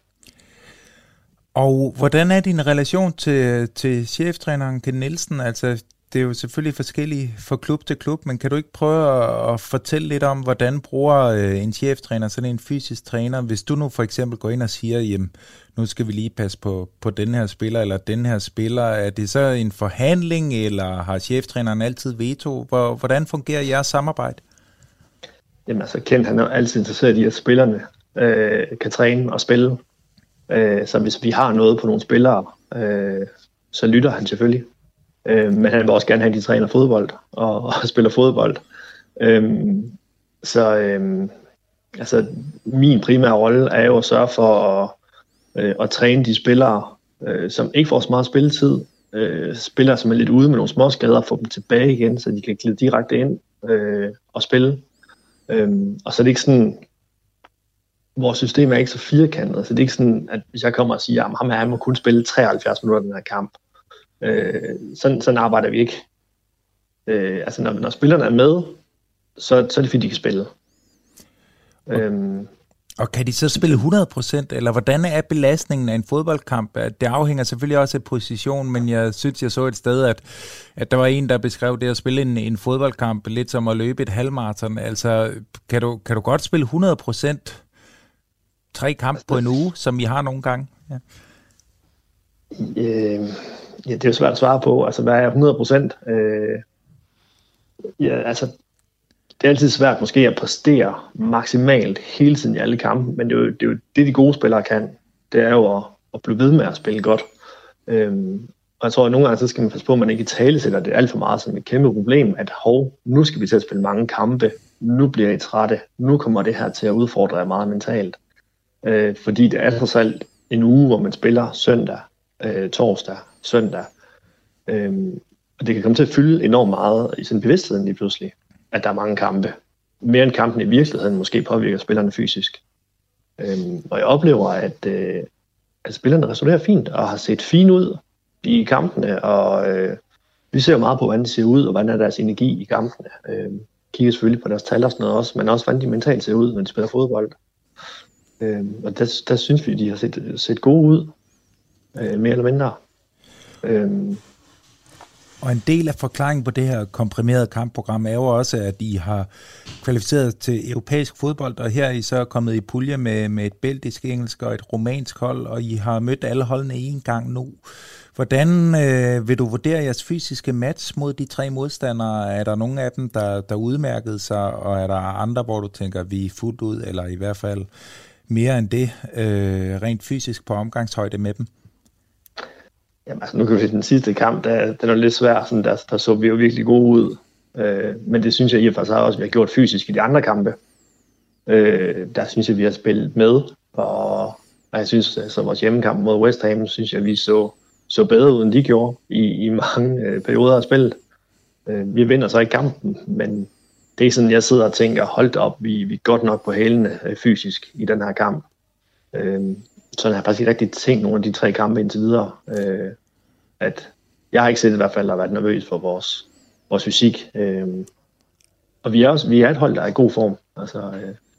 Og hvordan er din relation til cheftræneren Ken Nielsen? Altså, det er jo selvfølgelig forskelligt fra klub til klub, men kan du ikke prøve at fortælle lidt om, hvordan bruger en cheftræner, sådan en fysisk træner, hvis du nu for eksempel går ind og siger, jamen, nu skal vi lige passe på den her spiller eller den her spiller, er det så en forhandling, eller har cheftræneren altid veto? Hvordan fungerer jeres samarbejde? Jamen altså, Ken han er altid interesseret i, at spillerne kan træne og spille. Så hvis vi har noget på nogle spillere, så lytter han selvfølgelig. Men han vil også gerne have, at de træner fodbold og spiller fodbold. Altså, min primære rolle er jo at sørge for at træne de spillere, som ikke får så meget spilletid. Spillere, som er lidt ude med nogle små skader, få dem tilbage igen, så de kan glide direkte ind og spille. Og så er det ikke sådan, vores system er ikke så firkantet, så det er ikke sådan, at hvis jeg kommer og siger, at han må kun spille 73 minutter den her kamp. Sådan arbejder vi ikke. Altså når spillerne er med, så er det fordi, de kan spille. Og kan de så spille 100%, eller hvordan er belastningen af en fodboldkamp? Det afhænger selvfølgelig også af position, men jeg synes, jeg så et sted, at der var en, der beskrev det at spille en fodboldkamp lidt som at løbe et halvmaraton. Altså, kan du godt spille 100% 3 kampe på en uge, som I har nogle gange? Ja. Ja, det er jo svært at svare på. Altså, hvad er 100%? Ja, altså, det er altid svært måske at præstere maksimalt hele tiden i alle kampe, men det er jo det, de gode spillere kan. Det er jo at blive ved med at spille godt. Og jeg tror, at nogle gange så skal man passe på, at man ikke talesætter det alt for meget som et kæmpe problem, at nu skal vi til at spille mange kampe, nu bliver I trætte, nu kommer det her til at udfordre jer meget mentalt. Fordi det er trods alt en uge, hvor man spiller søndag, torsdag, søndag. Og det kan komme til at fylde enormt meget i sin bevidsthed lige pludselig, at der er mange kampe. Mere end kampen i virkeligheden måske påvirker spillerne fysisk. Og jeg oplever, at spillerne resonerer fint og har set fint ud i kampene, og vi ser jo meget på, hvordan de ser ud, og hvordan er deres energi i kampene. Kigger selvfølgelig på deres tal og sådan noget også, men også hvordan de mentalt ser ud, når de spiller fodbold. Og der synes vi, de har set gode ud, mere eller mindre. Og en del af forklaringen på det her komprimerede kampprogram er jo også, at I har kvalificeret til europæisk fodbold, og her er I så kommet i pulje med et belgisk, engelsk og et romansk hold, og I har mødt alle holdene en gang nu. Hvordan vil du vurdere jeres fysiske match mod de 3 modstandere? Er der nogen af dem, der udmærkede sig, og er der andre, hvor du tænker, vi er fuldt ud, eller i hvert fald mere end det, rent fysisk på omgangshøjde med dem? Jamen altså, nu kan vi se den sidste kamp, den er lidt svær, sådan der så vi jo virkelig gode ud. Men det synes jeg i og for sig også, vi har gjort fysisk i de andre kampe. Der synes jeg, vi har spillet med, og jeg synes, altså vores hjemmekamp mod West Ham, synes jeg, vi så bedre ud, end de gjorde i mange perioder af spillet. Vi vinder så ikke kampen, men det er sådan, jeg sidder og tænker, hold op, vi er godt nok på hælene fysisk i den her kamp. Sådan har jeg faktisk ikke rigtig tænkt nogle af de 3 kampe indtil videre. At jeg har ikke set i hvert fald at være nervøs for vores fysik. Og vi er et hold, der er i god form. Altså,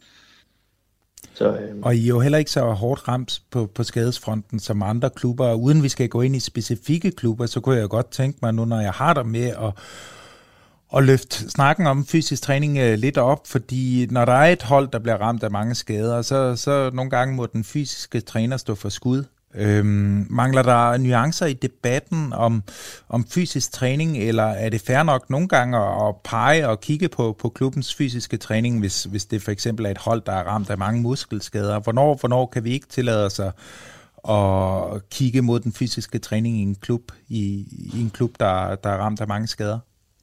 Og I er jo heller ikke så hårdt ramt på skadesfronten som andre klubber. Uden vi skal gå ind i specifikke klubber, så kunne jeg godt tænke mig nu, når jeg har dig med at løfte snakken om fysisk træning lidt op, fordi når der er et hold, der bliver ramt af mange skader, så nogle gange må den fysiske træner stå for skud. Mangler der nuancer i debatten om fysisk træning, eller er det fair nok nogle gange at pege og kigge på klubbens fysiske træning, hvis det for eksempel er et hold, der er ramt af mange muskelskader? Hvornår kan vi ikke tillade os at kigge mod den fysiske træning i en klub, der er ramt af mange skader?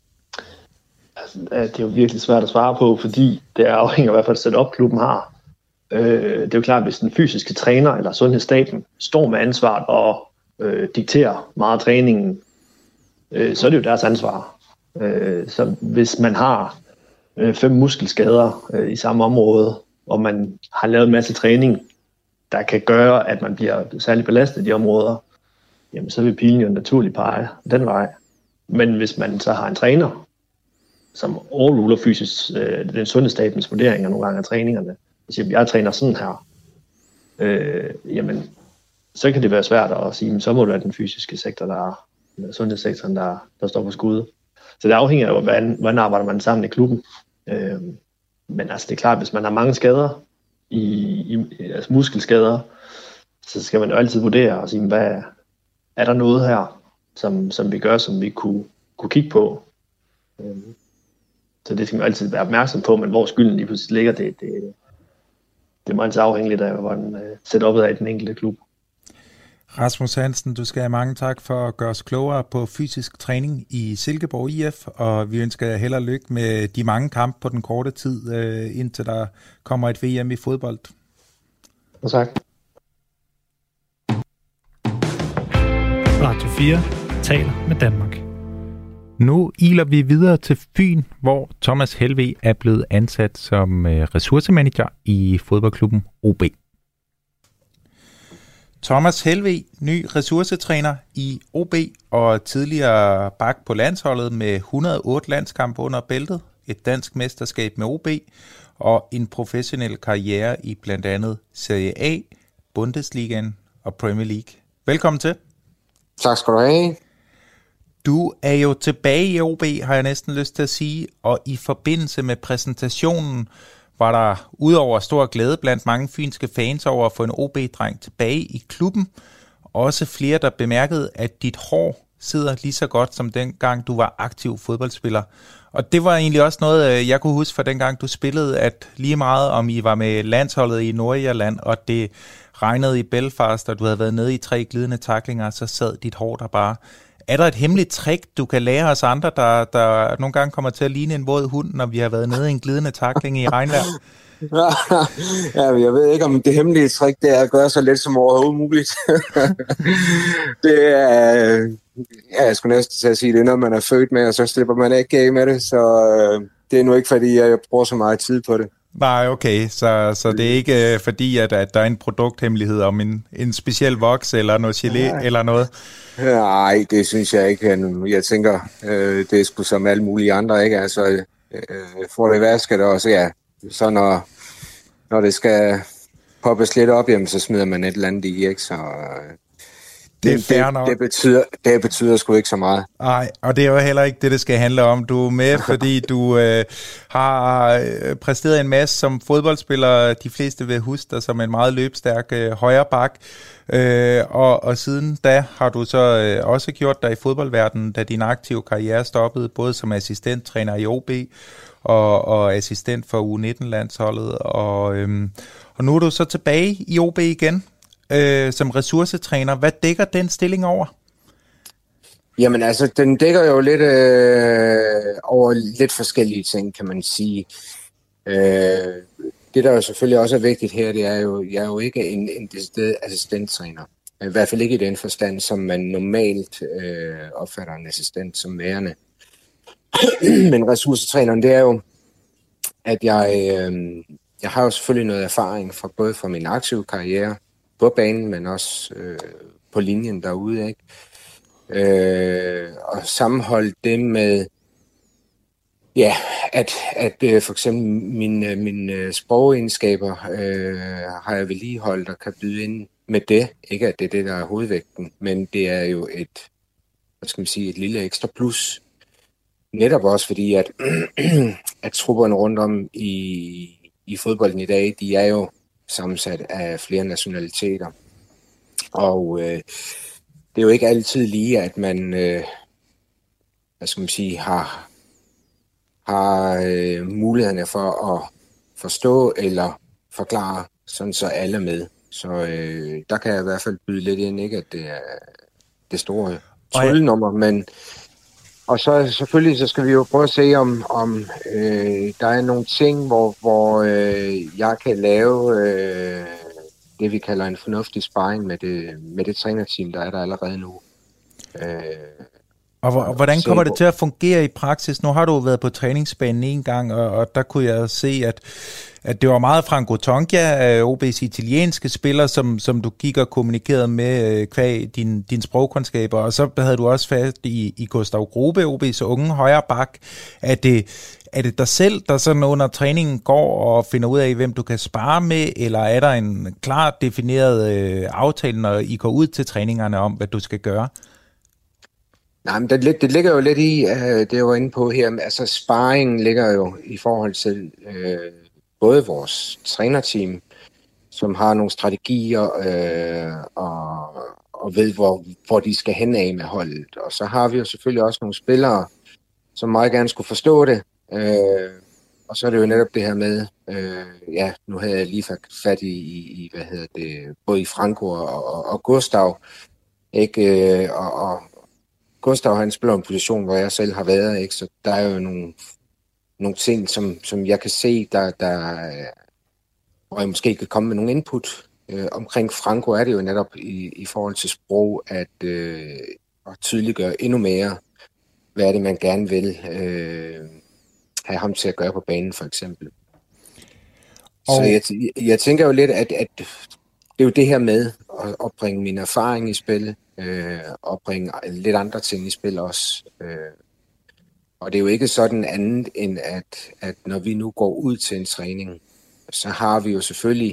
Det er jo virkelig svært at svare på, fordi det afhænger i hvert fald af setup klubben har. Det er jo klart, at hvis den fysiske træner eller sundhedsstaben står med ansvaret og dikterer meget af træningen, så er det jo deres ansvar. Så hvis man har 5 muskelskader i samme område, og man har lavet en masse træning, der kan gøre, at man bliver særligt belastet i de områder, jamen så vil pilen jo naturligt pege den vej. Men hvis man så har en træner, som overruler fysisk den sundhedsstabens vurderinger nogle gange af træningerne, og siger, jeg træner sådan her, jamen så kan det være svært at sige, men så må det være den fysiske sektor, sundhedssektoren, der står på skud. Så det afhænger af, hvordan arbejder man sammen i klubben. Men altså det er klart, hvis man har mange skader, altså muskelskader, så skal man jo altid vurdere og sige, hvad er der noget her, som vi gør, som vi kunne kigge på. Så det skal man altid være opmærksom på, men hvor skylden lige pludselig ligger, det må altid afhænge lidt af, hvordan setupet er i den enkelte klub. Rasmus Hansen, du skal have mange tak for at gøre os klogere på fysisk træning i Silkeborg IF, og vi ønsker jer held og lykke med de mange kampe på den korte tid, indtil der kommer et VM i fodbold. Tak. Radio 4 taler med Danmark. Nu iler vi videre til Fyn, hvor Thomas Helveg er blevet ansat som ressourcemanager i fodboldklubben OB. Thomas Helveg, ny ressourcetræner i OB og tidligere bak på landsholdet med 108 landskampe under bæltet, et dansk mesterskab med OB og en professionel karriere i blandt andet Serie A, Bundesligaen og Premier League. Velkommen til. Tak skal du have. Du er jo tilbage i OB, har jeg næsten lyst til at sige, og i forbindelse med præsentationen var der udover stor glæde blandt mange fynske fans over at få en OB-dreng tilbage i klubben, også flere, der bemærkede, at dit hår sidder lige så godt som dengang du var aktiv fodboldspiller. Og det var egentlig også noget, jeg kunne huske fra dengang du spillede, at lige meget om I var med landsholdet i Nordirland, og det regnede i Belfast, og du havde været nede i 3 glidende tacklinger, så sad dit hår der bare. Er der et hemmeligt trick, du kan lære os andre, der nogle gange kommer til at ligne en våd hund, når vi har været nede i en glidende tackling i regnvejr? Ja, jeg ved ikke, om det hemmelige trick, det er at gøre så let som overhovedet muligt. Det er, jeg skulle næsten til at sige, det er noget, man er født med, og så slipper man ikke af med det, så det er nu ikke, fordi jeg bruger så meget tid på det. Nej, okay, så det er ikke fordi, at der er en produkthemmelighed om en speciel voks eller noget gelé eller noget? Nej, det synes jeg ikke. Jeg tænker, det er sgu som alle mulige andre, ikke? Altså, for det værste skal det også, ja. Så når det skal poppes lidt op, jamen, så smider man et eller andet i, ikke? Så det er fair nok. Det betyder sgu ikke så meget. Nej, og det er jo heller ikke det skal handle om. Du er med, fordi du har præsteret en masse som fodboldspiller. De fleste vil huske dig som en meget løbstærk højre bak. Og siden da har du så også gjort dig i fodboldverdenen, da din aktive karriere stoppede, både som assistenttræner i OB og assistent for U19-landsholdet. Og nu er du så tilbage i OB igen som ressourcetræner. Hvad dækker den stilling over? Jamen altså, den dækker jo lidt over lidt forskellige ting, kan man sige. Det, der jo selvfølgelig også er vigtigt her, det er jo, jeg er jo ikke en decideret assistenttræner. I hvert fald ikke i den forstand, som man normalt opfatter en assistent som værende. Men ressourcetræneren, det er jo, at jeg har jo selvfølgelig noget erfaring fra både fra min aktive karriere på banen, men også på linjen derude, ikke? Og sammenholde det med, ja, at for eksempel mine sprogegenskaber har jeg vedligeholdt og kan byde ind med det. Ikke at det er det, der er hovedvægten, men det er jo et lille ekstra plus. Netop også fordi, at trupperne rundt om i fodbolden i dag, de er jo sammensat af flere nationaliteter. Og det er jo ikke altid lige, at man, har mulighederne for at forstå eller forklare, sådan så alle er med. Så der kan jeg i hvert fald byde lidt ind, ikke at det er det store tryllenummer, men og så selvfølgelig så skal vi jo prøve at se, om der er nogle ting, hvor jeg kan lave det, vi kalder en fornuftig sparring med det trænerteam, der er der allerede nu. Og hvordan kommer det til at fungere i praksis? Nu har du været på træningsbanen en gang, og der kunne jeg se, at det var meget Franco Tongia, OB's italienske spiller, som du gik og kommunikerede med kvæg din sprogkundskaber, og så havde du også fast i Gustav Grube, OB's unge højre bak. Er det dig selv, der sådan under træningen går og finder ud af, hvem du kan spare med, eller er der en klart defineret aftale, når I går ud til træningerne om, hvad du skal gøre? Nej, men det ligger jo lidt i, det jeg var inde på her, altså sparringen ligger jo i forhold til både vores trænerteam, som har nogle strategier og ved, hvor de skal hen af med holdet. Og så har vi jo selvfølgelig også nogle spillere, som meget gerne skulle forstå det. Og så er det jo netop det her med, nu havde jeg lige fat i både i Franco og Gustav, ikke? Og Gustav han spiller en position, hvor jeg selv har været, ikke? Så der er jo nogle ting, som jeg kan se, hvor jeg måske kan komme med nogle input. Omkring Franco er det jo netop i forhold til sprog, at tydeliggøre endnu mere, hvad er det, man gerne vil have ham til at gøre på banen, for eksempel. Så jeg tænker jo lidt, at det er jo det her med at bringe min erfaring i spil, og bringe lidt andre ting i spil også. Og det er jo ikke sådan andet, end at når vi nu går ud til en træning, så har vi jo selvfølgelig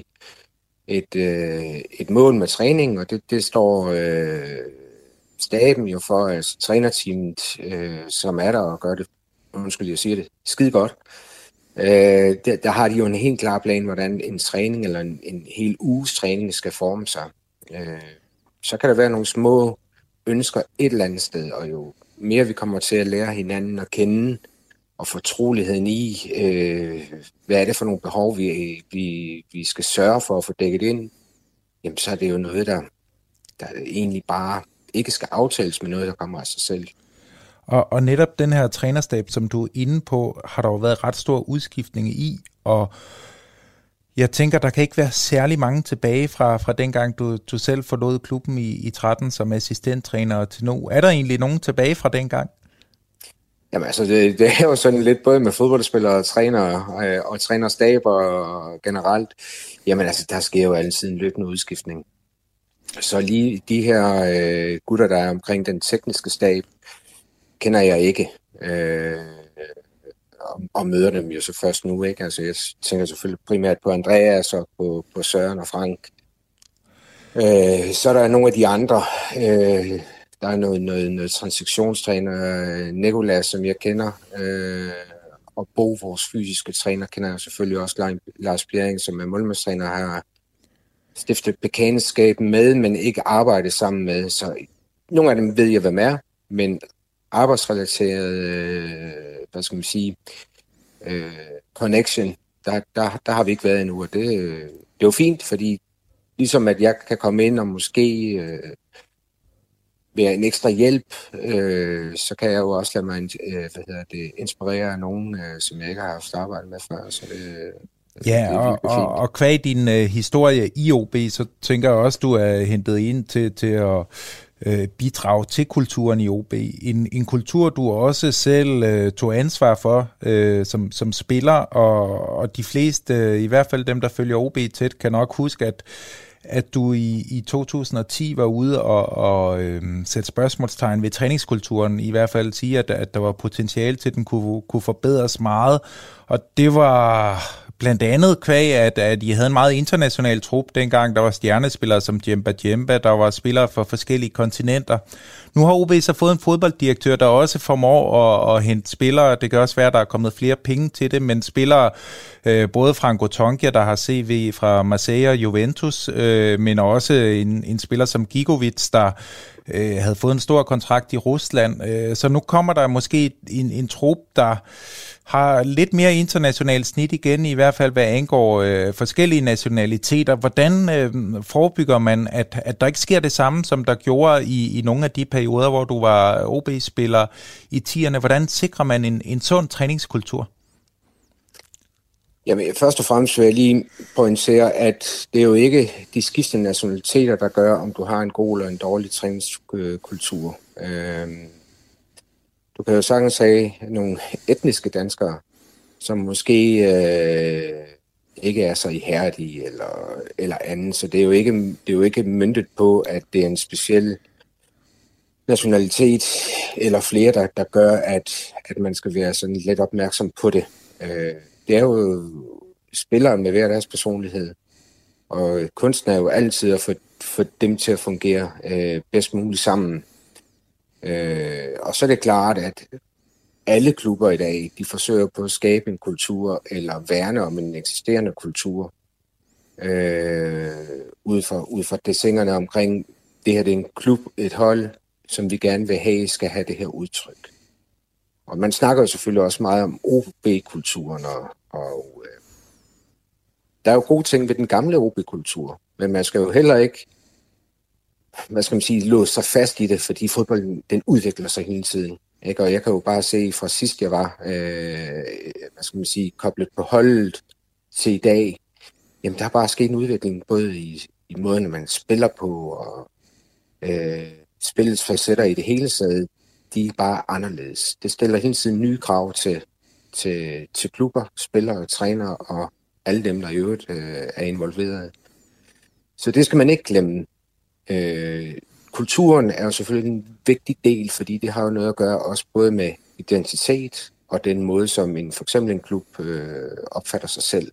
et mål med træningen, og det står staben jo for, altså trænerteamet, som er der og gør det, undskyld, jeg siger det, skide godt. Der har de jo en helt klar plan, hvordan en træning eller en hel uges træning skal forme sig. Så kan der være nogle små ønsker et eller andet sted, og jo mere vi kommer til at lære hinanden at kende, og fortroligheden i, hvad er det for nogle behov, vi skal sørge for at få dækket ind, jamen så er det jo noget, der egentlig bare ikke skal aftales med noget, der kommer af sig selv. Og netop den her trænerstab, som du er inde på, har der jo været ret stor udskiftning i, og jeg tænker, der kan ikke være særlig mange tilbage fra dengang, du selv forlod klubben i 13 som assistenttræner til nu. Er der egentlig nogen tilbage fra dengang? Jamen altså, det er jo sådan lidt både med fodboldspillere og trænere og trænerstaber generelt. Jamen altså, der sker jo altid en løbende udskiftning. Så lige de her gutter, der er omkring den tekniske stab, kender jeg ikke. Og møder dem jo så først nu, ikke? Altså, jeg tænker selvfølgelig primært på Andreas og på Søren og Frank. Så er der nogle af de andre. Der er noget transaktionstræner, Nicolas, som jeg kender. Og Bo, vores fysiske træner, kender jeg selvfølgelig også. Lars Bjerring, som er målmandstræner, har stiftet bekendtskab med, men ikke arbejdet sammen med. Så nogle af dem ved jeg, hvem er, men arbejdsrelateret, hvad skal man sige, connection, der har vi ikke været endnu, og det er jo fint, fordi ligesom at jeg kan komme ind og måske være en ekstra hjælp, så kan jeg jo også lade mig inspirere af nogen, som jeg ikke har haft arbejdet med før, så ja, og kvad din historie i OB, så tænker jeg også, du er hentet ind til at bidrage til kulturen i OB. En kultur, du også selv tog ansvar for som spiller, og de fleste, i hvert fald dem, der følger OB tæt, kan nok huske, at du i 2010 var ude og sætte spørgsmålstegn ved træningskulturen, i hvert fald sige, at der var potentiale til, at den kunne forbedres meget. Og det var blandt andet kvæg, at I havde en meget international trup dengang. Der var stjernespillere som Djemba, der var spillere fra forskellige kontinenter. Nu har OB så fået en fodbolddirektør, der også formår at hente spillere. Det kan også være, at der er kommet flere penge til det, men spillere, både Franco Tongia, der har CV fra Marseille og Juventus, men også en spiller som Gigovic, der havde fået en stor kontrakt i Rusland. Så nu kommer der måske en trup, der har lidt mere internationalt snit igen, i hvert fald hvad angår forskellige nationaliteter. Hvordan forebygger man, at der ikke sker det samme, som der gjorde i nogle af de perioder, hvor du var OB-spiller i 10'erne? Hvordan sikrer man en sund træningskultur? Jamen, først og fremmest vil jeg lige pointere, at det er jo ikke de skiftende nationaliteter, der gør, om du har en god eller en dårlig træningskultur. Du kan jo sagtens have nogle etniske danskere, som måske ikke er så ihærdige eller andet. Så det er jo ikke møntet på, at det er en speciel nationalitet eller flere, der gør, at man skal være sådan lidt opmærksom på det. Det er jo spillere med hver deres personlighed, og kunsten er jo altid at få dem til at fungere bedst muligt sammen. Og så er det klart, at alle klubber i dag, de forsøger på at skabe en kultur, eller værne om en eksisterende kultur, ud fra designerne omkring, det her det er en klub, et hold, som vi gerne vil have, skal have det her udtryk. Og man snakker jo selvfølgelig også meget om OB-kulturen, og der er jo gode ting ved den gamle OB-kultur, men man skal jo heller ikke, låse sig fast i det, fordi fodbolden, den udvikler sig hele tiden. Ikke? Og jeg kan jo bare se fra sidst jeg var, koblet på holdet til i dag, jamen der er bare sket en udvikling, både i måden, man spiller på, og spillets facetter i det hele taget, de er bare anderledes. Det stiller hele tiden nye krav til klubber, spillere, trænere og alle dem, der i øvrigt er involveret. Så det skal man ikke glemme. Kulturen er jo selvfølgelig en vigtig del, fordi det har jo noget at gøre også både med identitet og den måde, som for eksempel en klub opfatter sig selv.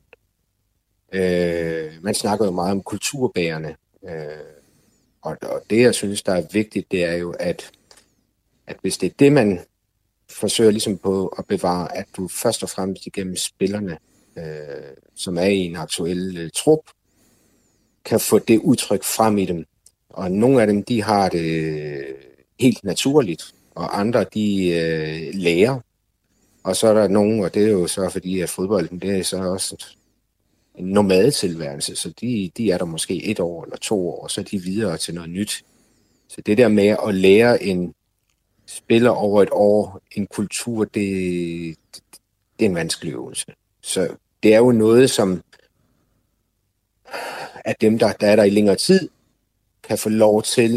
Man snakker jo meget om kulturbærerne, og det, jeg synes, der er vigtigt, det er jo, at hvis det er det, man forsøger ligesom på at bevare, at du først og fremmest igennem spillerne, som er i en aktuel trup, kan få det udtryk frem i dem. Og nogle af dem, de har det helt naturligt, og andre, de lærer. Og så er der nogen, og det er jo så fordi, at fodbolden, det er så også en nomadetilværelse, så de er der måske 1 år eller 2 år, og så er de videre til noget nyt. Så det der med at lære en spiller over 1 år, en kultur, det er en vanskelig øvelse. Så det er jo noget, som at dem, der er der i længere tid, kan få lov til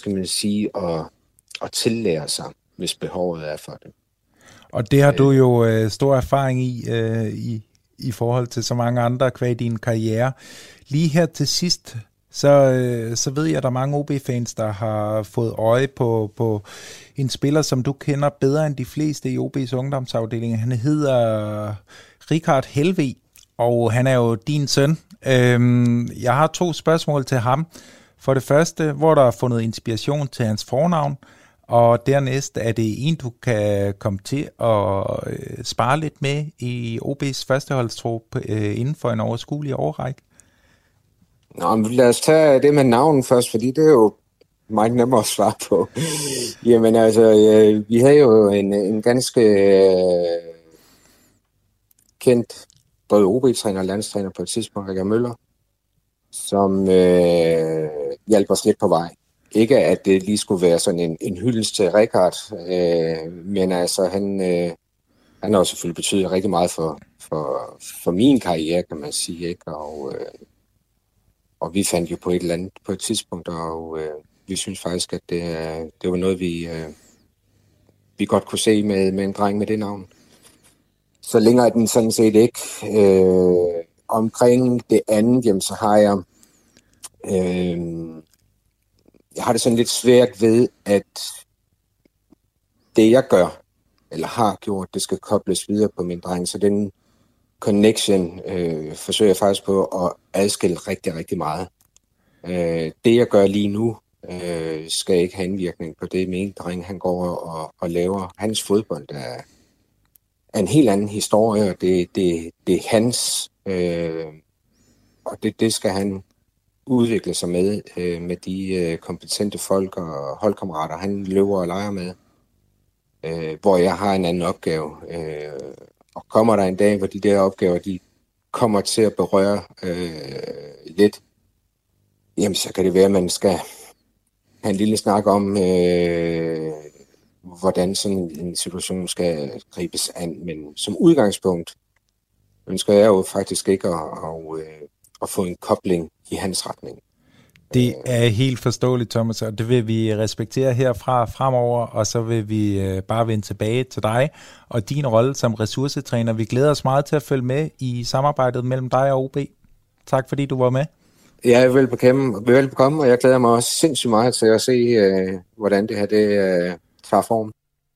at tillære sig, hvis behovet er for det. Og det har du jo stor erfaring i forhold til så mange andre kvad i din karriere. Lige her til sidst, så ved jeg, at der er mange OB-fans, der har fået øje på en spiller, som du kender bedre end de fleste i OB's ungdomsafdeling. Han hedder Richard Helve, og han er jo din søn. Jeg har 2 spørgsmål til ham. For det første, hvor der er fundet inspiration til hans fornavn, og dernæst er det en, du kan komme til at spare lidt med i OB's førsteholdstrup inden for en overskuelig årrække. Nå, men lad os tage det med navnet først, fordi det er jo meget nemmere at svare på. Jamen altså, vi havde jo en ganske kendt både OB-træner og landstræner på et tidspunkt, Rikard Møller, som hjalp os lidt på vej. Ikke at det lige skulle være sådan en hyldest til Rikard, men altså han har jo selvfølgelig betydet rigtig meget for min karriere, kan man sige, ikke? Og vi fandt jo på et tidspunkt, og vi synes faktisk, at det var noget, vi godt kunne se med en dreng med det navn. Så længere er den sådan set ikke. Omkring det andet, jamen, så har jeg har det sådan lidt svært ved, at det jeg gør, eller har gjort, det skal kobles videre på min dreng. Så den connection forsøger jeg faktisk på at adskille rigtig, rigtig meget. Det jeg gør lige nu, skal ikke have indvirkning på det, min dreng han går og laver. Hans fodbold er en helt anden historie, og det er hans, og det skal han udvikle sig med de kompetente folk og holdkammerater, han løber og leger med, hvor jeg har en anden opgave. Og kommer der en dag, hvor de der opgaver, de kommer til at berøre lidt, jamen så kan det være, at man skal have en lille snak om, hvordan sådan en situation skal gribes an. Men som udgangspunkt ønsker jeg jo faktisk ikke at få en kobling i hans retning. Det er helt forståeligt, Thomas, og det vil vi respektere herfra fremover, og så vil vi bare vende tilbage til dig og din rolle som ressourcetræner. Vi glæder os meget til at følge med i samarbejdet mellem dig og OB. Tak fordi du var med. Jeg er velbekomme, og jeg glæder mig også sindssygt meget til at se, hvordan det her tager form.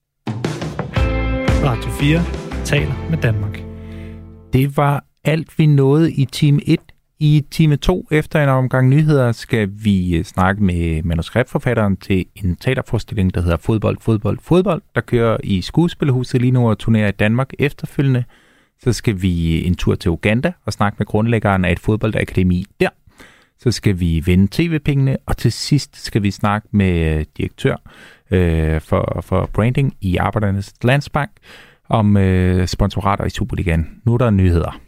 Radio 4 taler med Danmark. Det var alt, vi nåede i time 1. I time 2, efter en omgang nyheder, skal vi snakke med manuskriptforfatteren til en teaterforestilling, der hedder Fodbold, der kører i Skuespillerhuset lige nu og turnerer i Danmark efterfølgende. Så skal vi en tur til Uganda og snakke med grundlæggeren af et fodboldakademi der. Så skal vi vende tv-pengene, og til sidst skal vi snakke med direktør for branding i Arbejdernes Landsbank om sponsorater i Superligaen. Nu er der nyheder.